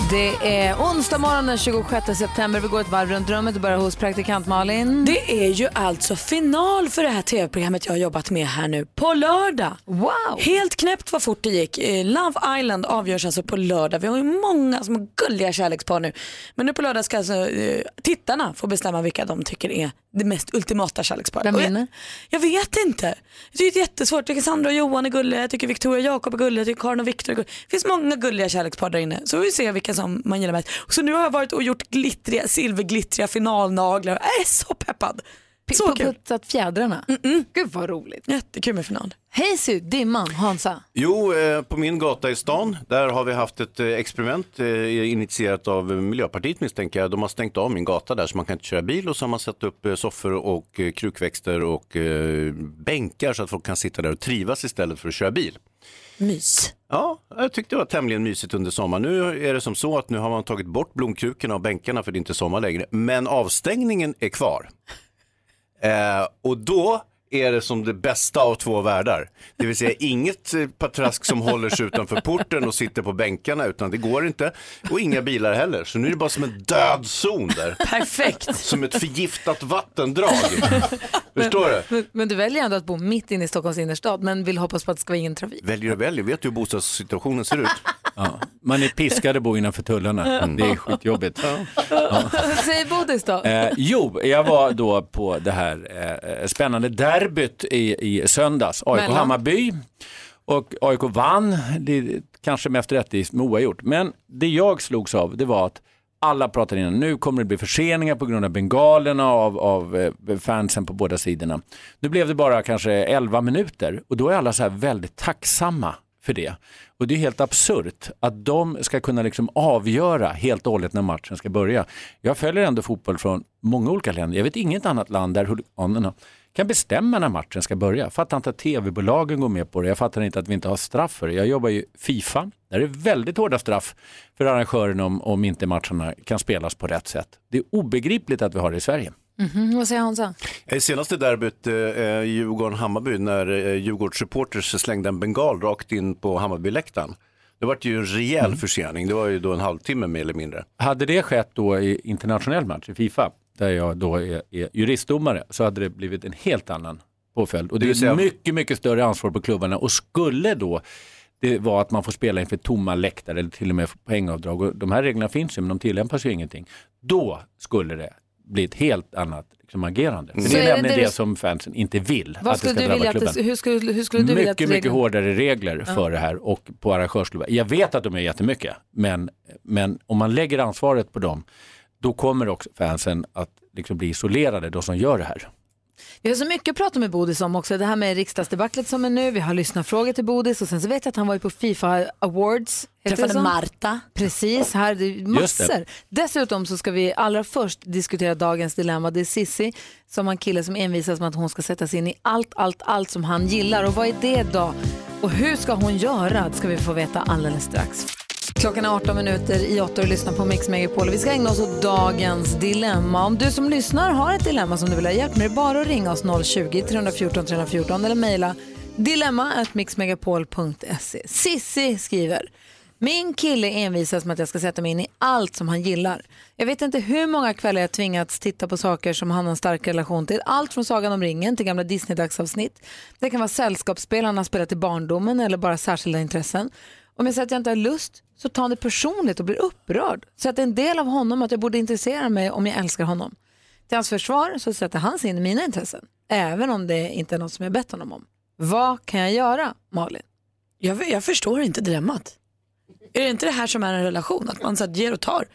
Det är onsdag morgon den 26 september. Vi går ett varv runt rummet och börjar hos praktikant Malin. Det är ju alltså final för det här tv-programmet jag har jobbat med här nu på lördag. Wow! Helt knäppt vad fort det gick. Love Island avgörs alltså på lördag. Vi har ju många små gulliga kärlekspar nu. Men nu på lördag ska alltså tittarna få bestämma vilka de tycker är det mest ultimata kärleksparet. Vem vinner? Jag vet inte. Jag tycker det är jättesvårt. Jag tycker Sandra och Johan är gulliga. Jag tycker Victoria och Jakob är gulliga. Jag tycker Karin och Victor är gulliga. Det finns många gulliga kärlekspar där inne. Så vi ser vilka som man gillar mest. Så nu har jag varit och gjort silverglittriga finalnaglar. Jag är så peppad. Så kul. Putsat fjädrarna. Gud vad roligt. Jättekul med final. Hej Su, Dimman, Hansa. Jo, på min gata i stan, där har vi haft ett experiment initierat av Miljöpartiet misstänker jag. De har stängt av min gata där så man kan inte köra bil och så har man satt upp soffor och krukväxter och bänkar så att folk kan sitta där och trivas istället för att köra bil. Mys. Ja, jag tyckte det var tämligen mysigt under sommaren. Nu är det som så att nu har man tagit bort blomkrukorna och bänkarna för det är inte sommar längre. Men avstängningen är kvar. Och då är det som det bästa av två världar. Det vill säga inget patrask som håller sig utanför porten och sitter på bänkarna utan det går inte. Och inga bilar heller. Så nu är det bara som en död zon där. Perfekt. Som ett förgiftat vattendrag. Förstår du? Men du väljer ändå att bo mitt inne i Stockholms innerstad men vill hoppas på att det ska vara ingen trafik. Väljer. Vet du hur bostadssituationen ser ut? Ja, man är piskad att bo innanför tullarna. Det är skitjobbigt. Säg Bodis då. Jo, jag var då på det här spännande derbyt i söndags. AIK Hammarby. Och AIK vann. Det är kanske mest rättvist med oavgjort. Men det jag slogs av det var att alla pratade innan. Nu kommer det bli förseningar på grund av bengalerna av fansen på båda sidorna. Nu blev det bara kanske 11 minuter. Och då är alla så här väldigt tacksamma för det. Och det är helt absurt att de ska kunna liksom avgöra helt och hållet när matchen ska börja. Jag följer ändå fotboll från många olika länder. Jag vet inget annat land där huliganerna kan bestämma när matchen ska börja. Jag fattar inte att tv-bolagen går med på det. Jag fattar inte att vi inte har straff för det. Jag jobbar ju FIFA. Där är det väldigt hårda straff för arrangören om inte matcherna kan spelas på rätt sätt. Det är obegripligt att vi har det i Sverige. Vad säger Hansa? I senaste derbyt Djurgården-Hammarby när Djurgårdsreporters slängde en bengal rakt in på Hammarbyläktaren. Det var ju en rejäl försening. Det var ju då en halvtimme mer eller mindre. Hade det skett då i internationell match i FIFA där jag då är juristdomare så hade det blivit en helt annan påföljd. Och det är mycket, mycket större ansvar på klubbarna och skulle då det var att man får spela inför tomma läktare eller till och med poängavdrag. Och de här reglerna finns ju men de tillämpas ju ingenting. Då skulle det bli ett helt annat liksom, agerande. För det är nämligen det som fansen inte vill. Vad skulle du vilja att hur skulle du vilja att mycket hårdare regler för det här och på arrangörsklubbar. Jag vet att de är jättemycket men om man lägger ansvaret på dem då kommer också fansen att liksom bli isolerade då som gör det här. Vi har så mycket att prata med Bodis om också. Det här med riksdagsdebaclet som är nu. Vi har lyssnat frågor till Bodis och sen så vet jag att han var ju på FIFA Awards. Träffade Marta. Precis, här det är massor. Dessutom så ska vi allra först diskutera dagens dilemma. Det är Sissi som en kille som envisas med att hon ska sätta sig in i allt som han gillar. Och vad är det då? Och hur ska hon göra? Det ska vi få veta alldeles strax. Klockan är 18 minuter i 8 och lyssnar på Mix Megapol. Vi ska ägna oss åt dagens dilemma. Om du som lyssnar har ett dilemma som du vill ha hjälp med, bara att ringa oss 020-314 314 eller mejla dilemma@mixmegapol.se. Sissi skriver: min kille envisas med att jag ska sätta mig in i allt som han gillar. Jag vet inte hur många kvällar jag tvingats titta på saker som han har en stark relation till. Allt från Sagan om ringen till gamla Disney-dagsavsnitt. Det kan vara sällskapsspel han har spelat i barndomen eller bara särskilda intressen. Om jag säger att jag inte har lust så tar han det personligt och blir upprörd. Så att det är en del av honom att jag borde intressera mig om jag älskar honom. Till hans försvar så sätter han sig in i mina intressen. Även om det inte är något som jag bett honom om. Vad kan jag göra, Malin? Jag förstår inte dilemmat. Är det inte det här som är en relation? Att man så att ger och tar.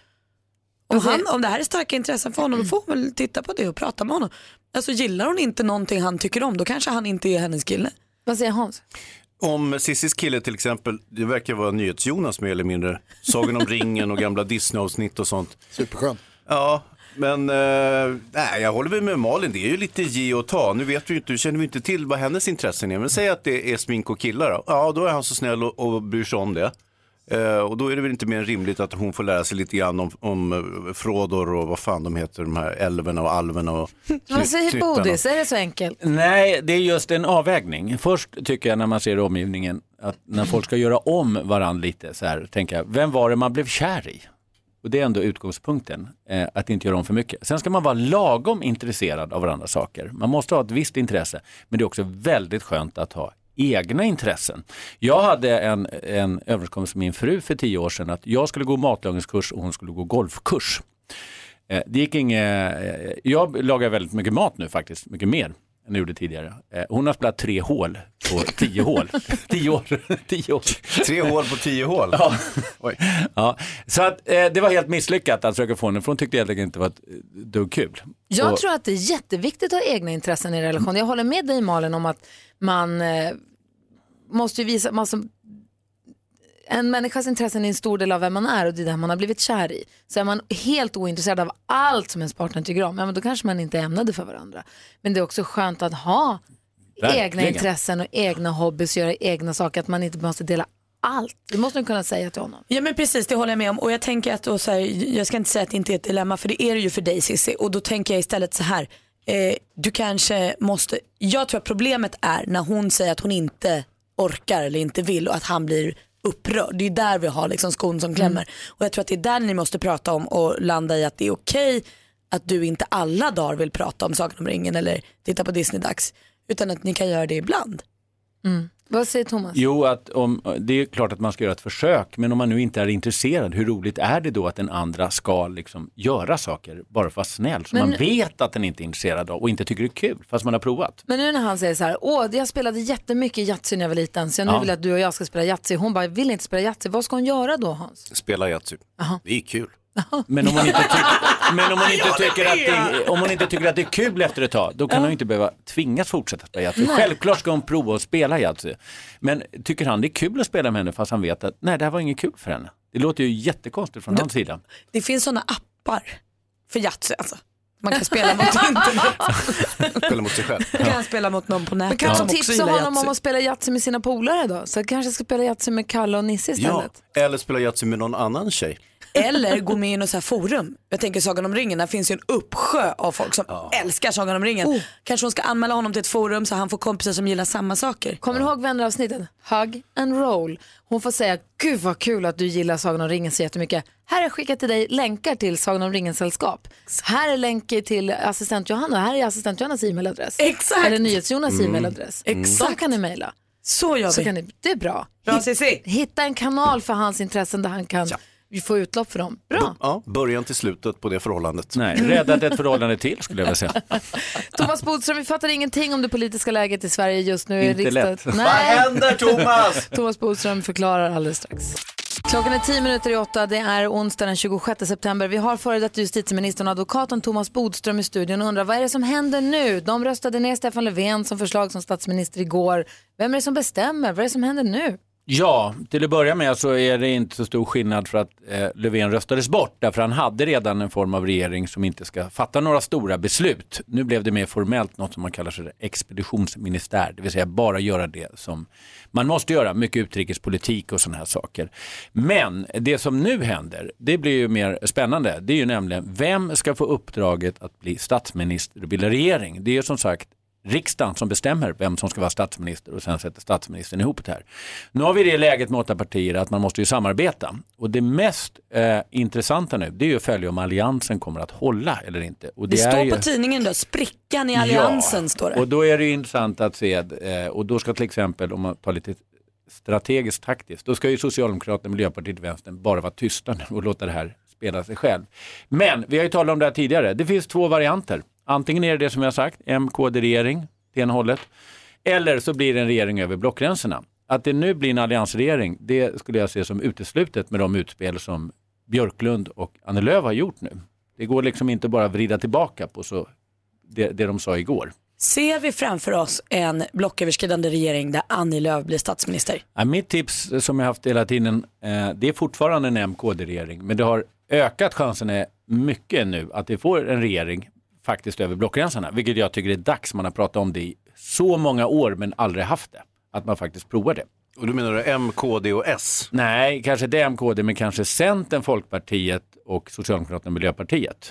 Om det här är starka intressen för honom, då får hon väl titta på det och prata med honom. Alltså gillar hon inte någonting han tycker om, då kanske han inte är hennes kille. Vad säger Hans? Om Sissis kille till exempel, det verkar vara NyhetsJonas mer eller mindre. Sagan om ringen och gamla Disney-avsnitt och sånt. Superskön. Ja, men jag håller väl med Malin, det är ju lite ge och ta. Nu vet vi inte, känner vi inte till vad hennes intressen är. Men säg att det är smink och killar då. Ja, då är han så snäll och bryr sig om det. Och då är det väl inte mer rimligt att hon får lära sig lite grann om Frodor och vad fan de heter, de här älverna och alverna och vad säger Bodis? Är det så enkelt? Nej, det är just en avvägning. Först tycker jag när man ser omgivningen att när folk ska göra om varandra lite så här, tänker jag, vem var det man blev kär i? Och det är ändå utgångspunkten, att inte göra om för mycket. Sen ska man vara lagom intresserad av varandra saker. Man måste ha ett visst intresse, men det är också väldigt skönt att ha egna intressen. Jag hade en överenskommelse med min fru för 10 år sedan att jag skulle gå matlagningskurs och hon skulle gå golfkurs. Det gick jag lagar väldigt mycket mat nu faktiskt, mycket mer än jag gjorde tidigare. Hon har spelat 3 hål på 10 hål. 10 år. 3 hål på 10 hål? Ja. Oj. Ja. Så att, det var helt misslyckat att försöka få henne, för hon tyckte helt enkelt inte var dugg kul. Jag tror att det är jätteviktigt att ha egna intressen i relation. Jag håller med dig, Malin, om att man måste ju visa... En människas intressen är en stor del av vem man är, och det är där man har blivit kär i. Så är man helt ointresserad av allt som ens partner tycker om, men då kanske man inte är ämnade för varandra. Men det är också skönt att ha egna intressen och egna hobbys, göra egna saker, att man inte måste dela allt. Det måste man kunna säga till honom. Ja, men precis, det håller jag med om. Och jag tänker att, och så här, jag ska inte säga att det inte är ett dilemma, för det är det ju för dig, Cissi. Och då tänker jag istället så här, du kanske måste, jag tror att problemet är när hon säger att hon inte orkar eller inte vill, och att han blir upprörd. Det är där vi har liksom skon som klämmer. Och jag tror att det är där ni måste prata om och landa i att det är okej att du inte alla dagar vill prata om Sagan om ringen eller titta på Disney-dags, utan att ni kan göra det ibland. Vad säger Thomas? Jo, det är klart att man ska göra ett försök, men om man nu inte är intresserad, hur roligt är det då att den andra ska liksom göra saker bara för att vara snäll, så man vet att den inte är intresserad av och inte tycker det är kul fast man har provat. Men nu när han säger så här, jag spelade jättemycket Yatzy när jag var liten, så nu vill att du och jag ska spela Yatzy. Hon bara, vill inte spela Yatzy. Vad ska hon göra då, Hans? Spela Yatzy. Det är kul. Men om hon inte tycker att det är kul efter ett tag, då kan hon inte behöva tvingas fortsätta spela Yatzy. Självklart ska hon prova att spela Yatzy. Men tycker han det är kul att spela med henne fast han vet att nej, det här var inget kul för henne. Det låter ju jättekonstigt från hans sida. Det finns sådana appar för Yatzy alltså. Man kan spela mot internet. Spela mot sig själv. Man kan spela mot någon på nätet. Men kan du tipsa honom om att spela Yatzy med sina polare då? Så kanske ska spela Yatzy med Kalle och Nisse istället. Ja, eller spela Yatzy med någon annan tjej. Eller gå med i något så här forum. Jag tänker Sagan om ringen, där finns ju en uppsjö av folk som älskar Sagan om ringen. Kanske hon ska anmäla honom till ett forum så han får kompisar som gillar samma saker. Kommer du ihåg vänneravsnittet? Hug and roll. Hon får säga, gud vad kul att du gillar Sagan om ringen så jättemycket. Här är skickat till dig länkar till Sagan om ringen-sällskap. Här är länkar till assistent Johanna. Här är assistent Johannas e-mailadress. Exakt. Eller nyhetsjonas e-mailadress. Exakt. De kan ni mejla. Så gör vi. Det är bra. Hitta en kanal för hans intressen där han kan vi får utlopp för dem. Bra. Ja, början till slutet på det förhållandet. Nej, räddat ett förhållande till skulle jag vilja säga. Thomas Bodström, vi fattar ingenting om det politiska läget i Sverige just nu. Inte lätt. Nej. Vad händer, Thomas? Thomas Bodström förklarar alldeles strax. Klockan är 10:10. Det är onsdag den 26 september. Vi har före detta justitieministern och advokaten Thomas Bodström i studion och undrar vad är det som händer nu? De röstade ner Stefan Löfven som förslag som statsminister igår. Vem är det som bestämmer? Vad är det som händer nu? Ja, till att börja med så är det inte så stor skillnad för att Löfven röstades bort. Därför han hade redan en form av regering som inte ska fatta några stora beslut. Nu blev det mer formellt något som man kallar för expeditionsministär. Det vill säga bara göra det som man måste göra. Mycket utrikespolitik och sådana här saker. Men det som nu händer, det blir ju mer spännande. Det är ju nämligen vem ska få uppdraget att bli statsminister och bilda regering. Det är ju som sagt riksdagen som bestämmer vem som ska vara statsminister och sen sätter statsministern ihop det här. Nu har vi det läget med 8 partier att man måste ju samarbeta. Och det mest intressanta nu, det är ju att följa om alliansen kommer att hålla eller inte. Och det står ju... på tidningen då, sprickan i alliansen står det. Och då är det ju intressant att se, och då ska till exempel, om man tar lite strategiskt taktiskt, då ska ju Socialdemokraterna, Miljöpartiet och Vänstern bara vara tysta och låta det här spela sig själv. Men vi har ju talat om det här tidigare, det finns 2 varianter. Antingen är det som jag har sagt, MKD-regering till ena hållet. Eller så blir det en regering över blockgränserna. Att det nu blir en alliansregering, det skulle jag se som uteslutet med de utspel som Björklund och Annie Lööf har gjort nu. Det går liksom inte bara att vrida tillbaka på så det de sa igår. Ser vi framför oss en blocköverskridande regering där Annie Lööf blir statsminister? Ja, mitt tips som jag haft hela tiden, det är fortfarande en MKD-regering. Men det har ökat chansen mycket nu att vi får en regering faktiskt över blockgränserna, vilket jag tycker är dags. Man har pratat om det i så många år men aldrig haft det. Att man faktiskt provar det. Och du menar det MKD och S? Nej, kanske inte MKD men kanske Centern, Folkpartiet och Socialdemokraterna och Miljöpartiet.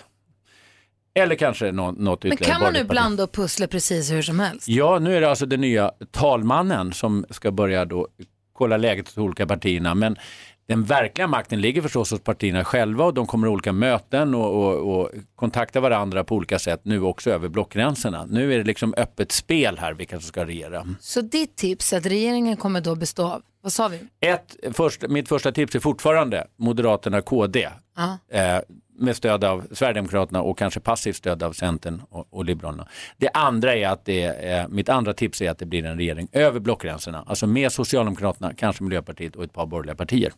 Eller kanske något ytterligare. Men kan man nu blanda och pussla precis hur som helst? Ja, nu är det alltså den nya talmannen som ska börja då kolla läget hos olika partierna. Men Den verkliga makten ligger förstås hos partierna själva och de kommer olika möten och kontakta varandra på olika sätt nu också över blockgränserna. Nu är det liksom öppet spel här vilka som ska regera. Så ditt tips är att regeringen kommer då bestå av, vad sa vi? Mitt första tips är fortfarande Moderaterna KD. Med stöd av Sverigedemokraterna och kanske passivt stöd av Centern och Liberalerna. Det andra är att mitt andra tips är att det blir en regering över blockgränserna. Alltså med Socialdemokraterna, kanske Miljöpartiet och ett par borgerliga partier.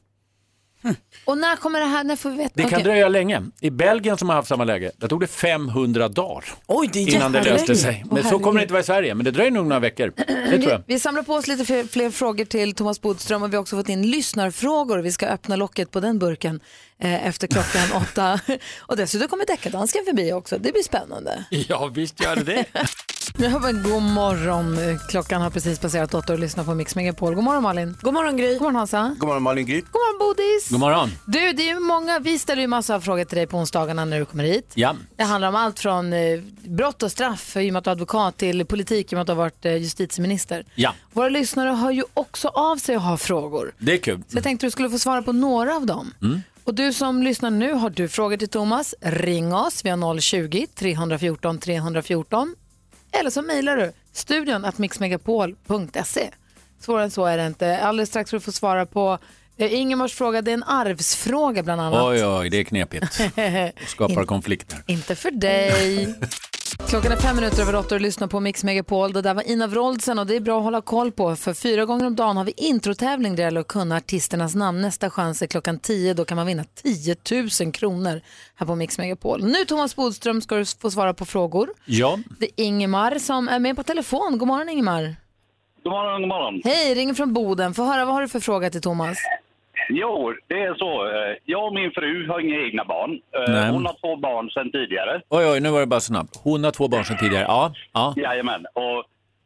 Och när kommer det här? När får vi veta? Det kan dröja länge. I Belgien som har haft samma läge, där tog det 500 dagar innan det löste sig. Men så kommer det inte vara i Sverige, men det dröjer nog några veckor. Det tror jag. Vi samlar på oss lite fler frågor till Thomas Bodström och vi har också fått in lyssnarfrågor. Vi ska öppna locket på den burken efter klockan 8. Och dessutom kommer Deckardansken förbi också. Det blir spännande. Ja, visst gör det. God morgon. Klockan har precis passerat 8 och lyssnar på Mix Megapol. God morgon Malin. God morgon Gry. God morgon Hansa. God morgon Malin Gry. God morgon Bodis. God morgon. Du, det är ju många, vi ställer ju massa av frågor till dig på onsdagarna när du kommer hit. Ja. Det handlar om allt från brott och straff i och med att du är advokat till politik i och med att du har varit justitieminister. Ja. Våra lyssnare hör ju också av sig och har frågor. Det är kul. Så jag tänkte du skulle få svara på några av dem. Och du som lyssnar nu, har du frågor till Thomas, ring oss. Vi har 020-314 314. Eller så mejlar du studion@mixmegapol.se. Svårare än så är det inte. Alldeles strax får du få svara på Ingemars fråga. Det är en arvsfråga bland annat. Oj, det är knepigt. Skapar konflikter. Inte för dig. Klockan är 5:05 och lyssnar på Mix Megapol. Det där var Ina Wroldsen och det är bra att hålla koll på. För 4 gånger om dagen har vi introtävling där det gäller att kunna artisternas namn. Nästa chans är klockan 10. Då kan man vinna 10 000 kronor här på Mix Megapol. Nu Thomas Bodström ska du få svara på frågor. Ja. Det är Ingemar som är med på telefon. God morgon Ingemar. God morgon, god morgon. Hej, ringer från Boden. Få höra, vad har du för fråga till Thomas? Jo, det är så. Jag och min fru har inga egna barn. Hon har 2 barn sedan tidigare. Oj, nu var det bara snabbt. Hon har 2 barn sedan tidigare, ja. Jajamän. Och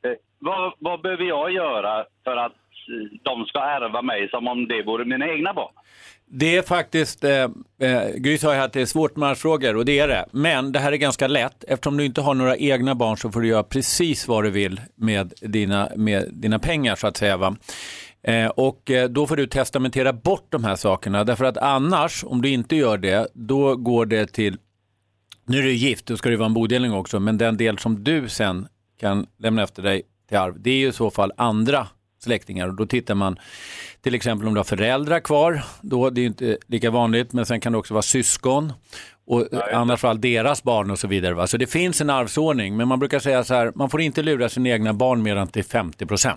vad behöver jag göra för att de ska ärva mig som om det vore mina egna barn? Det är faktiskt, Gry sa ju att det är svårt med arvsfrågor och det är det. Men det här är ganska lätt. Eftersom du inte har några egna barn så får du göra precis vad du vill med dina pengar så att säga va. Och då får du testamentera bort de här sakerna. Därför att annars, om du inte gör det, då går det till, nu är du gift, då ska det vara en bodelning också. Men den del som du sen kan lämna efter dig till arv, det är ju i så fall andra släktingar. Och då tittar man till exempel om du har föräldrar kvar, då det är inte lika vanligt. Men sen kan det också vara syskon och annars fall deras barn och så vidare. Va? Så det finns en arvsordning, men man brukar säga så här, man får inte lura sina egna barn mer än till 50%.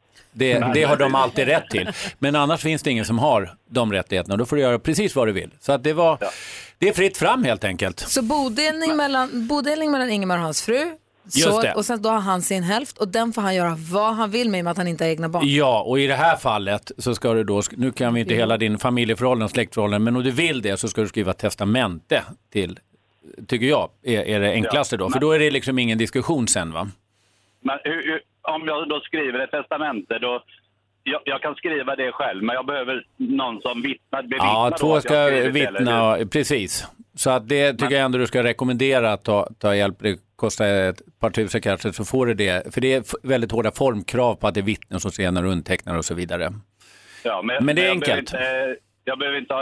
Det har de alltid rätt till. Men annars finns det ingen som har de rättigheterna. Då får du göra precis vad du vill. Så att det är fritt fram helt enkelt. Så bodelning mellan Ingemar och hans fru. Just det. Och sen då har han sin hälft och den får han göra vad han vill med att han inte har egna barn. Ja, och i det här fallet så ska du då, nu kan vi inte hela din familjeförhållanden, släktförhållanden, men om du vill det så ska du skriva testamente till, tycker jag, är det enklaste då. För då är det liksom ingen diskussion sen va? Men om jag då skriver ett testamente, då jag kan skriva det själv, men jag behöver någon som vittnar. Ja, 2 ska vittna, precis. Så att det tycker jag ändå du ska rekommendera att ta hjälp. Det kostar ett par tusen kanske, så får du det. För det är väldigt hårda formkrav på att det är vittnen som senare undertecknar och så vidare. Ja, men det är enkelt. Jag behöver inte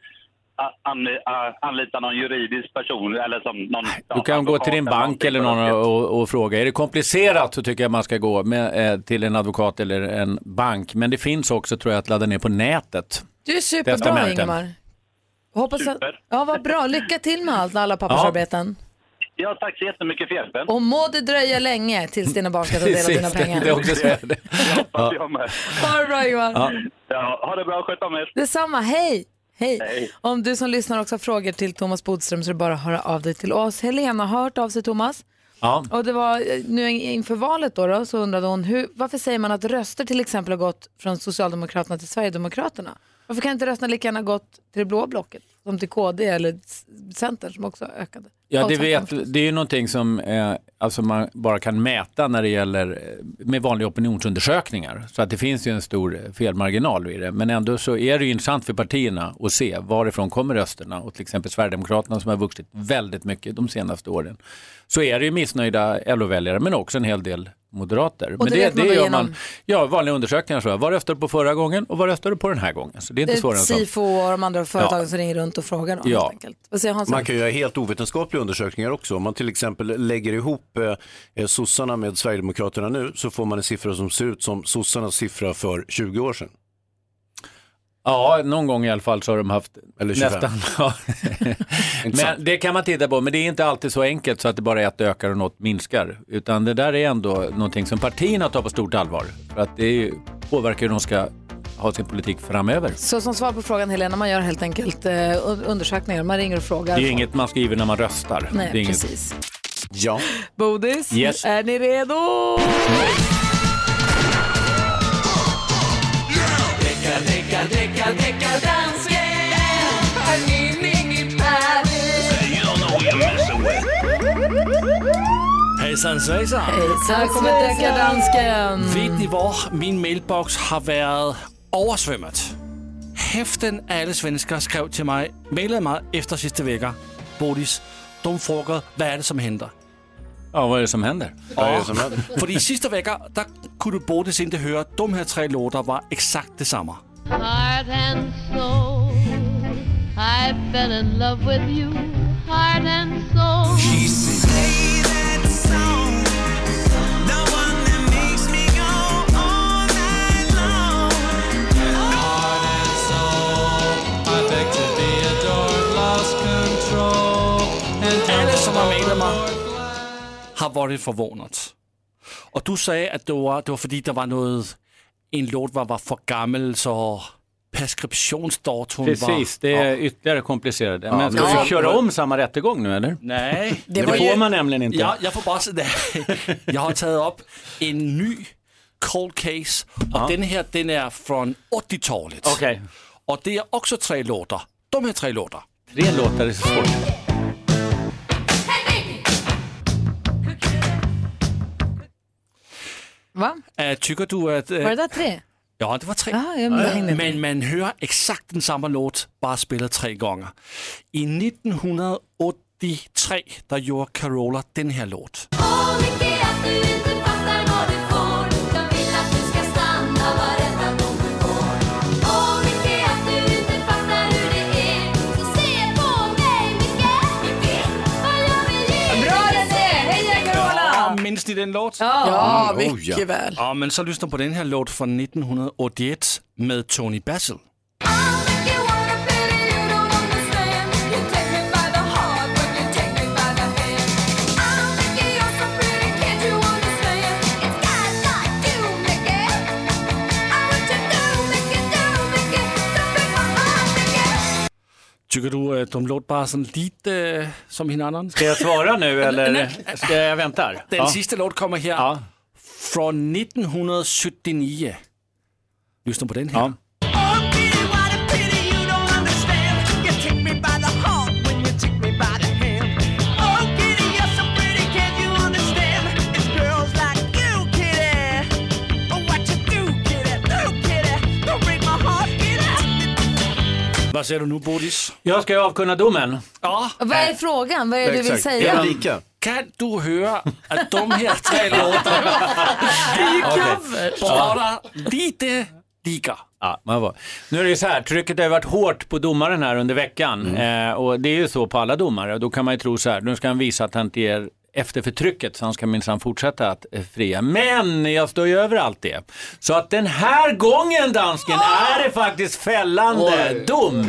anlita någon juridisk person eller som någon. Du kan gå till din bank eller någon och fråga. Är det komplicerat så tycker jag man ska gå till en advokat eller en bank. Men det finns också, tror jag, att ladda ner på nätet. Du är superbra Ingemar. Hoppas att, vad bra. Lycka till med alla pappersarbeten. Ja, tack så jättemycket för hjälpen. Och må det dröja länge tills dina barn ska ta del av dina pengar. Det är också så. Jag hoppas jag med. Ha det bra Johan. Ja, ha det bra, sköt om er. Detsamma, hej. Om du som lyssnar också har frågor till Thomas Bodström så är det bara att höra av dig till oss. Helena har hört av sig Thomas. Ja. Och det var nu inför valet då så undrade hon varför säger man att röster till exempel har gått från Socialdemokraterna till Sverigedemokraterna? Varför kan inte rösterna lika gärna gått till det blå blocket som till KD eller Centern som också ökade? Ja, det är ju någonting som alltså man bara kan mäta när det gäller med vanliga opinionsundersökningar. Så att det finns ju en stor felmarginal i det. Men ändå så är det ju intressant för partierna att se varifrån kommer rösterna. Och till exempel Sverigedemokraterna som har vuxit väldigt mycket de senaste åren. Så är det ju missnöjda LO-väljare men också en hel del moderater. Och det gör man vanliga undersökningar. Så. Vad röstade du på förra gången och vad röstade du på den här gången? Så det är inte svårare än så. Sifo och de andra företagen som ringer runt och frågar dem, helt enkelt. Vad säger Hans? Man kan göra helt ovetenskapliga undersökningar också. Om man till exempel lägger ihop sossarna med Sverigedemokraterna nu, så får man en siffra som ser ut som sossarnas siffra för 20 år sedan. Ja, någon gång i alla fall så har de haft eller 25. Nästan. Ja. Men det kan man titta på, men det är inte alltid så enkelt så att det bara är att det ökar och något minskar. Utan det där är ändå någonting som partierna tar på stort allvar. För att det påverkar hur de ska ha sin politik framöver. Så som svar på frågan, Helena, man gör helt enkelt undersökningar. Man ringer och frågar. Det är inget man skriver när man röstar. Nej, det är precis. Inget... Ja. Bodis, yes. Är ni redo? Hejsan svejsan. Här kommer deckardansken. Vet ni var min mailbox har varit översvämmat? Hälften av alla svenskar skrev till mig, mailade mig efter sista veckan. Bodis, de frågar vad är det som händer? Ja, vad är det som händer? Ja, för i sista veckan där kunde Bodis inte höra att de här 3 låtar var exakt detsamma. Heart and soul, I fell in love with you. Heart and soul. She say that song, the one that makes me go all night long. Heart and soul, I beg to be adored, lost control. Alla som har mejlat mig har varit förvånat. Och du säger att det var fordi der var noget, en låt var för gammal så preskriptionsdatum var... Precis, det är ytterligare komplicerat. Men ska vi köra om samma rättegång nu, eller? Nej. Det får man nämligen inte. Ja, jag får bara säga jag har tagit upp en ny cold case och den här, den är från 80-talet. Okej. Och det är också 3 låtar. De här 3 låtar. 3 låtar är så svårt. Va? Tycker du att... Var det där 3? Ja, det var 3. Men man hör exakt den samma låt, bara spelat 3 gånger. I 1983, där gjorde Carola den här låt. Minns ni den låt? Ja, mycket väl. Ja, men så lyssna på den här låt från 1981 med Tony Basil. Tycker du att de låter bara sådan lite som hinanden? Ska jag svara nu eller ska jag vänta? Den sista låt kommer här från 1979. Lyssna på den här. Vad säger du nu, Bodis? Jag ska avkunna domen. Ja. Vad är frågan? Vad är det du vill säga? Kan du höra att de här 3 låtarna bara lite lika? Ja, nu är det så här, trycket har varit hårt på domaren här under veckan. Och det är ju så på alla domare. Då kan man ju tro så här, nu ska han visa att han inte är efter för trycket, så han ska minsann fortsätta att fria. Men jag står ju över allt det. Så att den här gången, dansken, är det faktiskt fällande dom.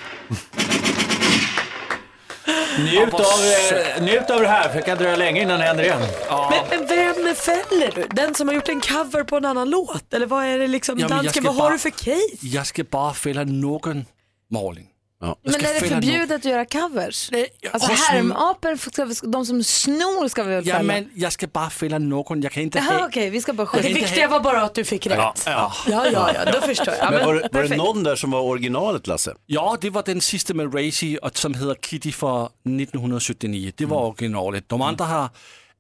Njut av det här, för det kan dröja länge innan det händer igen. Men vem fäller du? Den som har gjort en cover på en annan låt? Eller vad är det liksom, dansken, vad har du för case? Jag ska bara fälla någon måling. Ja. Men är det förbjudet att göra covers? Alltså härmapor, de som snor ska vi väl fälla? Ja, men jag ska bara fälla någon. Jag kan inte okej, vi ska bara skjuta. Det viktiga var bara att du fick rätt. Ja, då förstår jag. Men var det någon där som var originalet, Lasse? Ja, det var den sista med Racy som heter Kitty för 1979. Det var originalet. De andra har...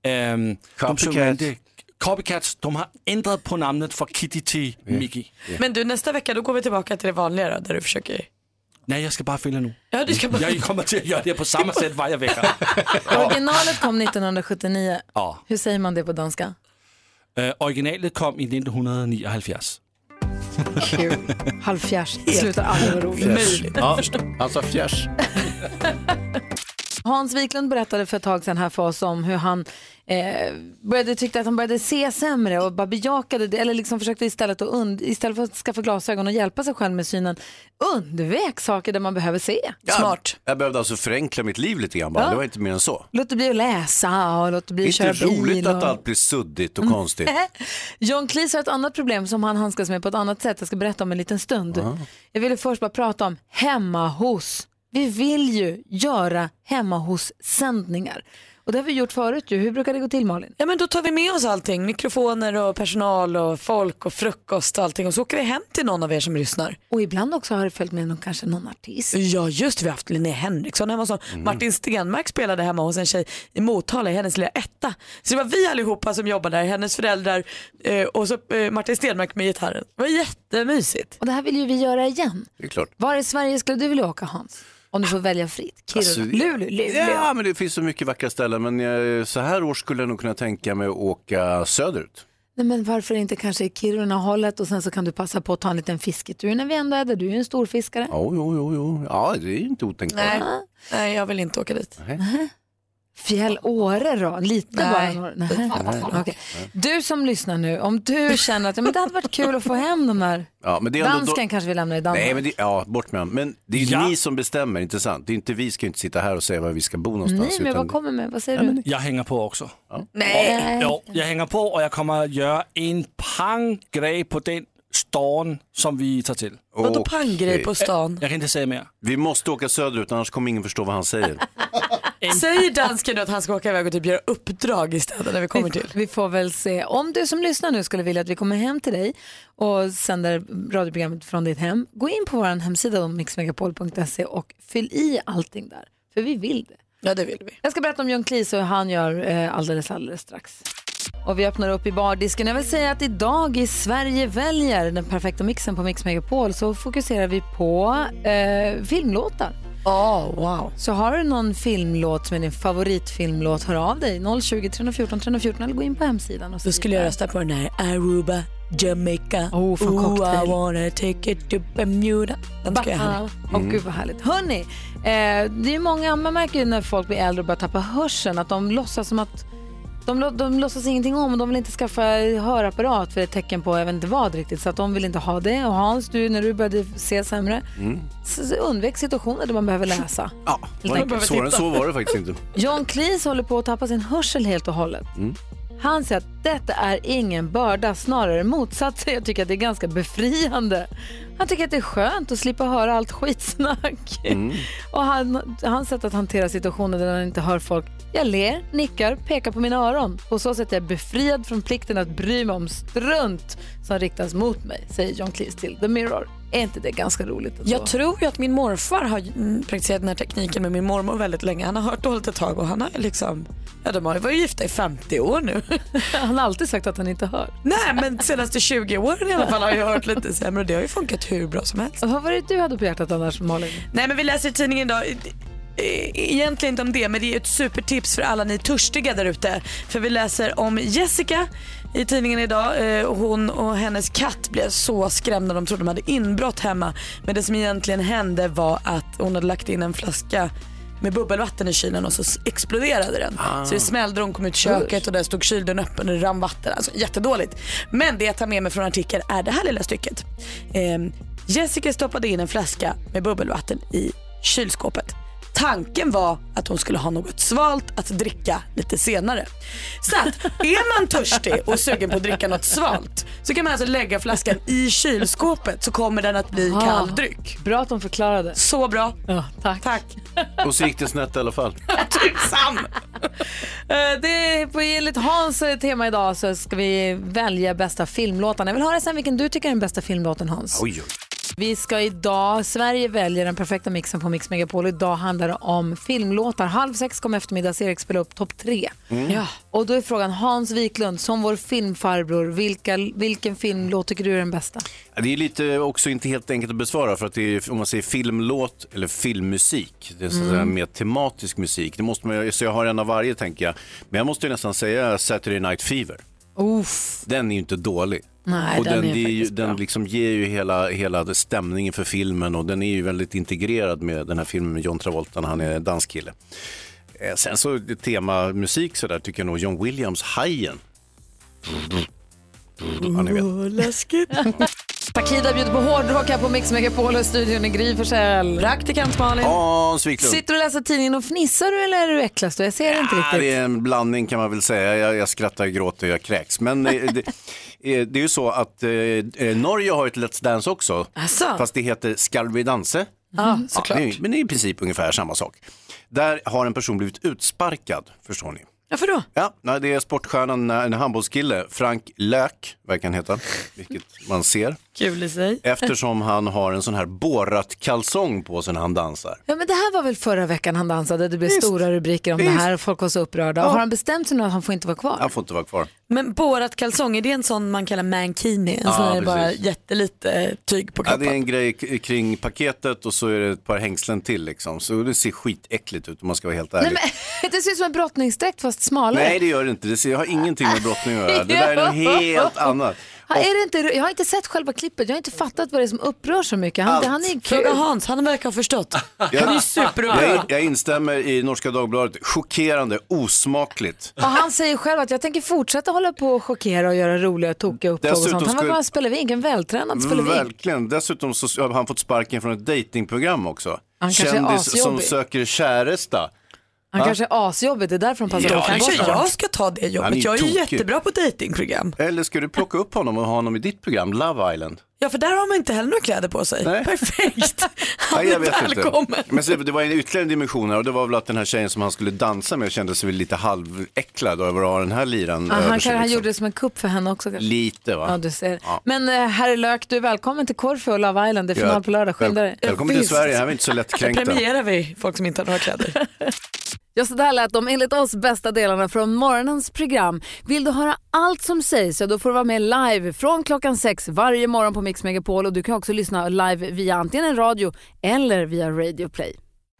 Copycats, de har ändrat på namnet från Kitty till Mickey. Men du, nästa vecka då går vi tillbaka till det vanliga då, där du försöker... Nej, jag ska bara fylla nu. Ja, du ska bara... Jag kommer till att göra det på samma sätt varje vecka. Originalet kom 1979. Ja. Hur säger man det på danska? Originalet kom i 1979. Kul. Halvfjärs. Slutar aldrig vara roligt. Ja, alltså fjärs. Hans Wiklund berättade för ett tag sedan här för oss om hur han tyckte att han började se sämre och bara bejakade det, eller liksom försökte istället för att skaffa glasögon och hjälpa sig själv med synen, undvek saker där man behöver se. Smart. Jag behövde alltså förenkla mitt liv lite grann bara. Det var inte mer än så. Låt det bli att läsa och låt det bli att köra bil. Det är inte roligt att allt blir suddigt och konstigt. John Cleese har ett annat problem som han handskas med på ett annat sätt. Jag ska berätta om en liten stund. Jag ville först bara prata om hemma hos. Vi vill ju göra hemma hos sändningar. Och det har vi gjort förut ju. Hur brukar det gå till, Malin? Ja, men då tar vi med oss allting. Mikrofoner och personal och folk och frukost och allting. Och så åker vi hem till någon av er som lyssnar. Och ibland också har det följt med kanske någon artist. Ja, just vi har haft Linnea Henriksson hemma hos Martin Stenmark spelade hemma hos en tjej i Motala i hennes lilla etta. Så det var vi allihopa som jobbade där. Hennes föräldrar och så Martin Stenmark med gitarren. Det var jättemysigt. Och det här vill ju vi göra igen. Det är klart. Var i Sverige skulle du vilja åka, Hans? Om du får välja fritt. Kiruna, Luleå. Ja, men det finns så mycket vackra ställen. Men så här år skulle jag nog kunna tänka mig att åka söderut. Nej, men varför inte kanske i Kiruna-hållet och sen så kan du passa på att ta en liten fisketur när vi ändå är där. Du är ju en stor fiskare. Jo. Ja, det är inte otänkbart. Nej, jag vill inte åka dit. Fjällåre då? Lite bara. Nej. Okay. Du som lyssnar nu, om du känner att men det hade varit kul att få hem de här. Ja, men det är dansken kanske vi lämnar i Danmark. Nej, men bort med dem. Men det är ju ni som bestämmer, inte sant? Det är inte vi ska inte sitta här och säga var vi ska bo någonstans. Nej, men vad kommer med? Vad säger du? Jag hänger på också. Ja. Nej. Jo, jag hänger på och jag kommer att göra en panggrej på den stan som vi tar till. Vadå panggrej på stan? Jag kan inte säga mer. Vi måste åka söderut, annars kommer ingen förstå vad han säger. Säger dansken då att han ska åka iväg och typ göra uppdrag istället när vi kommer till? Vi får väl se. Om du som lyssnar nu skulle vilja att vi kommer hem till dig och sänder radioprogrammet från ditt hem, gå in på vår hemsida mixmegapol.se och fyll i allting där. För vi vill det. Ja, det vill vi. Jag ska berätta om John Cleese och hur han gör alldeles strax. Och vi öppnar upp i bardisken. Jag vill säga att idag i Sverige väljer den perfekta mixen på Mix Megapol, så fokuserar vi på filmlåtar. Wow. Så har du någon filmlåt som är din favoritfilmlåt, hör av dig 020 314 314 eller gå in på hemsidan. Och då skulle jag rösta på den här Aruba, Jamaica. Från Cocktail. I wanna take it to Bermuda. Den ska jag ha. Gud vad härligt. Hörrni, det är många, man märker ju när folk blir äldre och börjar tappa hörseln att de låtsas som att de låtsas ingenting om och de vill inte skaffa hörapparat för ett tecken på jag vet inte vad riktigt, så att de vill inte ha det. Och Hans, du när du började se sämre så undvek situationer där man behöver läsa. Ja, så var det faktiskt inte. John Cleese håller på att tappa sin hörsel helt och hållet. Han säger att detta är ingen börda, snarare motsatsen. Jag tycker att det är ganska befriande. Han tycker att det är skönt att slippa höra allt skitsnack. Och hans sätt att hantera situationer där han inte hör folk. Jag ler, nickar, pekar på mina öron. På så sätt är jag befriad från plikten att bry mig om strunt som riktas mot mig, säger John Cleese till The Mirror. Är inte det ganska roligt? Jag tror ju att min morfar har praktiserat den här tekniken med min mormor väldigt länge. Han har hört dåligt ett tag och han har liksom... Ja, de har ju varit gifta i 50 år nu. Han har alltid sagt att han inte hör. Nej, men de senaste 20 åren i alla fall har jag hört lite sämre. Det har ju funkat hur bra som helst. Och vad var det du hade på hjärtat annars, Malin? Nej, men vi läser i tidningen idag... Egentligen inte om det, men det är ett supertips för alla ni törstiga där ute. För vi läser om Jessica i tidningen idag. Hon och hennes katt blev så skrämda. De trodde de hade inbrott hemma. Men det som egentligen hände var att hon hade lagt in en flaska med bubbelvatten i kylen och så exploderade den. Så det smällde, hon kom ut i köket och där stod kylen öppen och det rann vatten. Alltså jättedåligt. Men det jag tar med mig från artikeln är det här lilla stycket. Jessica stoppade in en flaska med bubbelvatten i kylskåpet. Tanken var att hon skulle ha något svalt att dricka lite senare. Så att är man törstig och sugen på att dricka något svalt så kan man alltså lägga flaskan i kylskåpet så kommer den att bli kall dryck. Bra att de förklarade. Så bra. Ja, tack. Och så gick det snett i alla fall. Tusan! Det är på enligt Hans tema idag så ska vi välja bästa filmlåten. Jag vill höra sen vilken du tycker är den bästa filmlåten, Hans. Oj. Vi ska idag, Sverige väljer den perfekta mixen på Mix Megapol. Idag handlar det om filmlåtar. 5:30 kommer eftermiddags-Erik spela upp topp 3. Ja. Och då är frågan, Hans Wiklund, som vår filmfarbror, vilken filmlåt tycker du är den bästa? Det är lite också inte helt enkelt att besvara för att det är, om man säger filmlåt eller filmmusik, det är så att mer tematisk musik. Det måste man, så jag har en av varje tänker jag. Men jag måste ju nästan säga Saturday Night Fever. Den är ju inte dålig. Nej, och den är den, den liksom ger ju hela stämningen för filmen, och den är ju väldigt integrerad med den här filmen med John Travolta när han är danskille. Sen så tema musik så där tycker jag nog John Williams Hajen. Ja, ni vet. Läskigt. Takida bjuder på hårdrock här på Mix Megapol och studion i Gry Forssell. Praktikant Malin. Hans Wiklund. Sitter du och läser tidningen och fnissar du eller är du äcklas då? Jag ser det inte riktigt. Det är en blandning kan man väl säga. Jag skrattar, gråter och jag kräks. Men det är ju så att Norge har ett Let's Dance också. Asså? Fast det heter Skal vi danse. Såklart. Men det är i princip ungefär samma sak. Där har en person blivit utsparkad, förstår ni. Varför då? Ja, det är sportstjärnan, en handbollskille, Frank Lök, vad kan heta, vilket man ser. Kul i sig. Eftersom han har en sån här borrat kalsong på sig när han dansar. Ja, men det här var väl förra veckan han dansade. Det blev stora rubriker om det här och folk var så upprörda. Ja. Har han bestämt sig nu att han får inte vara kvar? Han får inte vara kvar. Men borrat kalsong, är det en sån man kallar mankini? En sån är bara jättelite tyg på kroppen. Ja, det är en grej kring paketet och så är det ett par hängslen till liksom. Så det ser skitäckligt ut om man ska vara helt ärlig. Nej, men, det ser ut som en brottningsdräkt fast smalare. Nej, det gör det inte. Jag har ingenting med brottning att göra. Det där är något helt annat. Är det inte, jag har inte sett själva klippet. Jag har inte fattat vad det är som upprör så mycket. Han är kul. Fråga Hans, han verkar ha förstått. Han är superupprörd. Jag instämmer i Norska Dagbladet. Chockerande, osmakligt. Och han säger själv att jag tänker fortsätta hålla på och chockera och göra roliga och tokiga upptåg och sånt. Han var bara spelevink, en vältränad spelevink. Verkligen. Dessutom så har han fått sparken från ett datingprogram också. Han Kändis som söker käresta. Han kanske är asjobbigt, det är därför han passar på. Kanske jag ska ta det jobbet. Jag är ju jättebra på datingprogram. Eller ska du plocka upp honom och ha honom i ditt program, Love Island? Ja, för där har man inte heller några kläder på sig. Nej. Perfekt. Han är välkommen. Men så, det var en ytterligare dimension här, och det var väl att den här tjejen som han skulle dansa med kände sig lite halväcklad över att ha den här liran. Han gjorde det som en kupp för henne också. Kanske. Lite va? Ja, du ser. Ja. Men herr Lök, du är välkommen till Korfu och Love Island. Det är final på lördag. Välkommen till Sverige, här är vi inte så lättkränkta. Premierar vi folk som inte har några kläder. Ja, så där lät de enligt oss bästa delarna från morgonens program. Vill du höra allt som sägs så då får du vara med live från 6:00 varje morgon på Mix Megapol, och du kan också lyssna live via antingen en radio eller via Radio Play.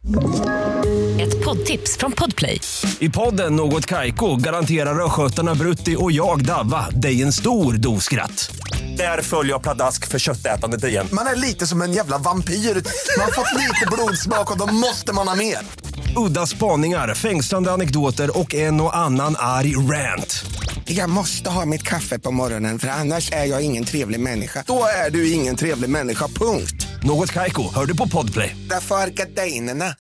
Ett poddtips från Podplay. I podden Något Kaiko garanterar östgötarna Brutti och jag Davva dig en stor doskratt. Där följer jag pladask för köttätandet igen. Man är lite som en jävla vampyr. Man har fått lite blodsmak och då måste man ha mer. Udda spaningar, fängslande anekdoter och en och annan arg rant. Jag måste ha mitt kaffe på morgonen, för annars är jag ingen trevlig människa. Då är du ingen trevlig människa, punkt. Något Kaiko, hör du på Podplay. Därför är gardinerna.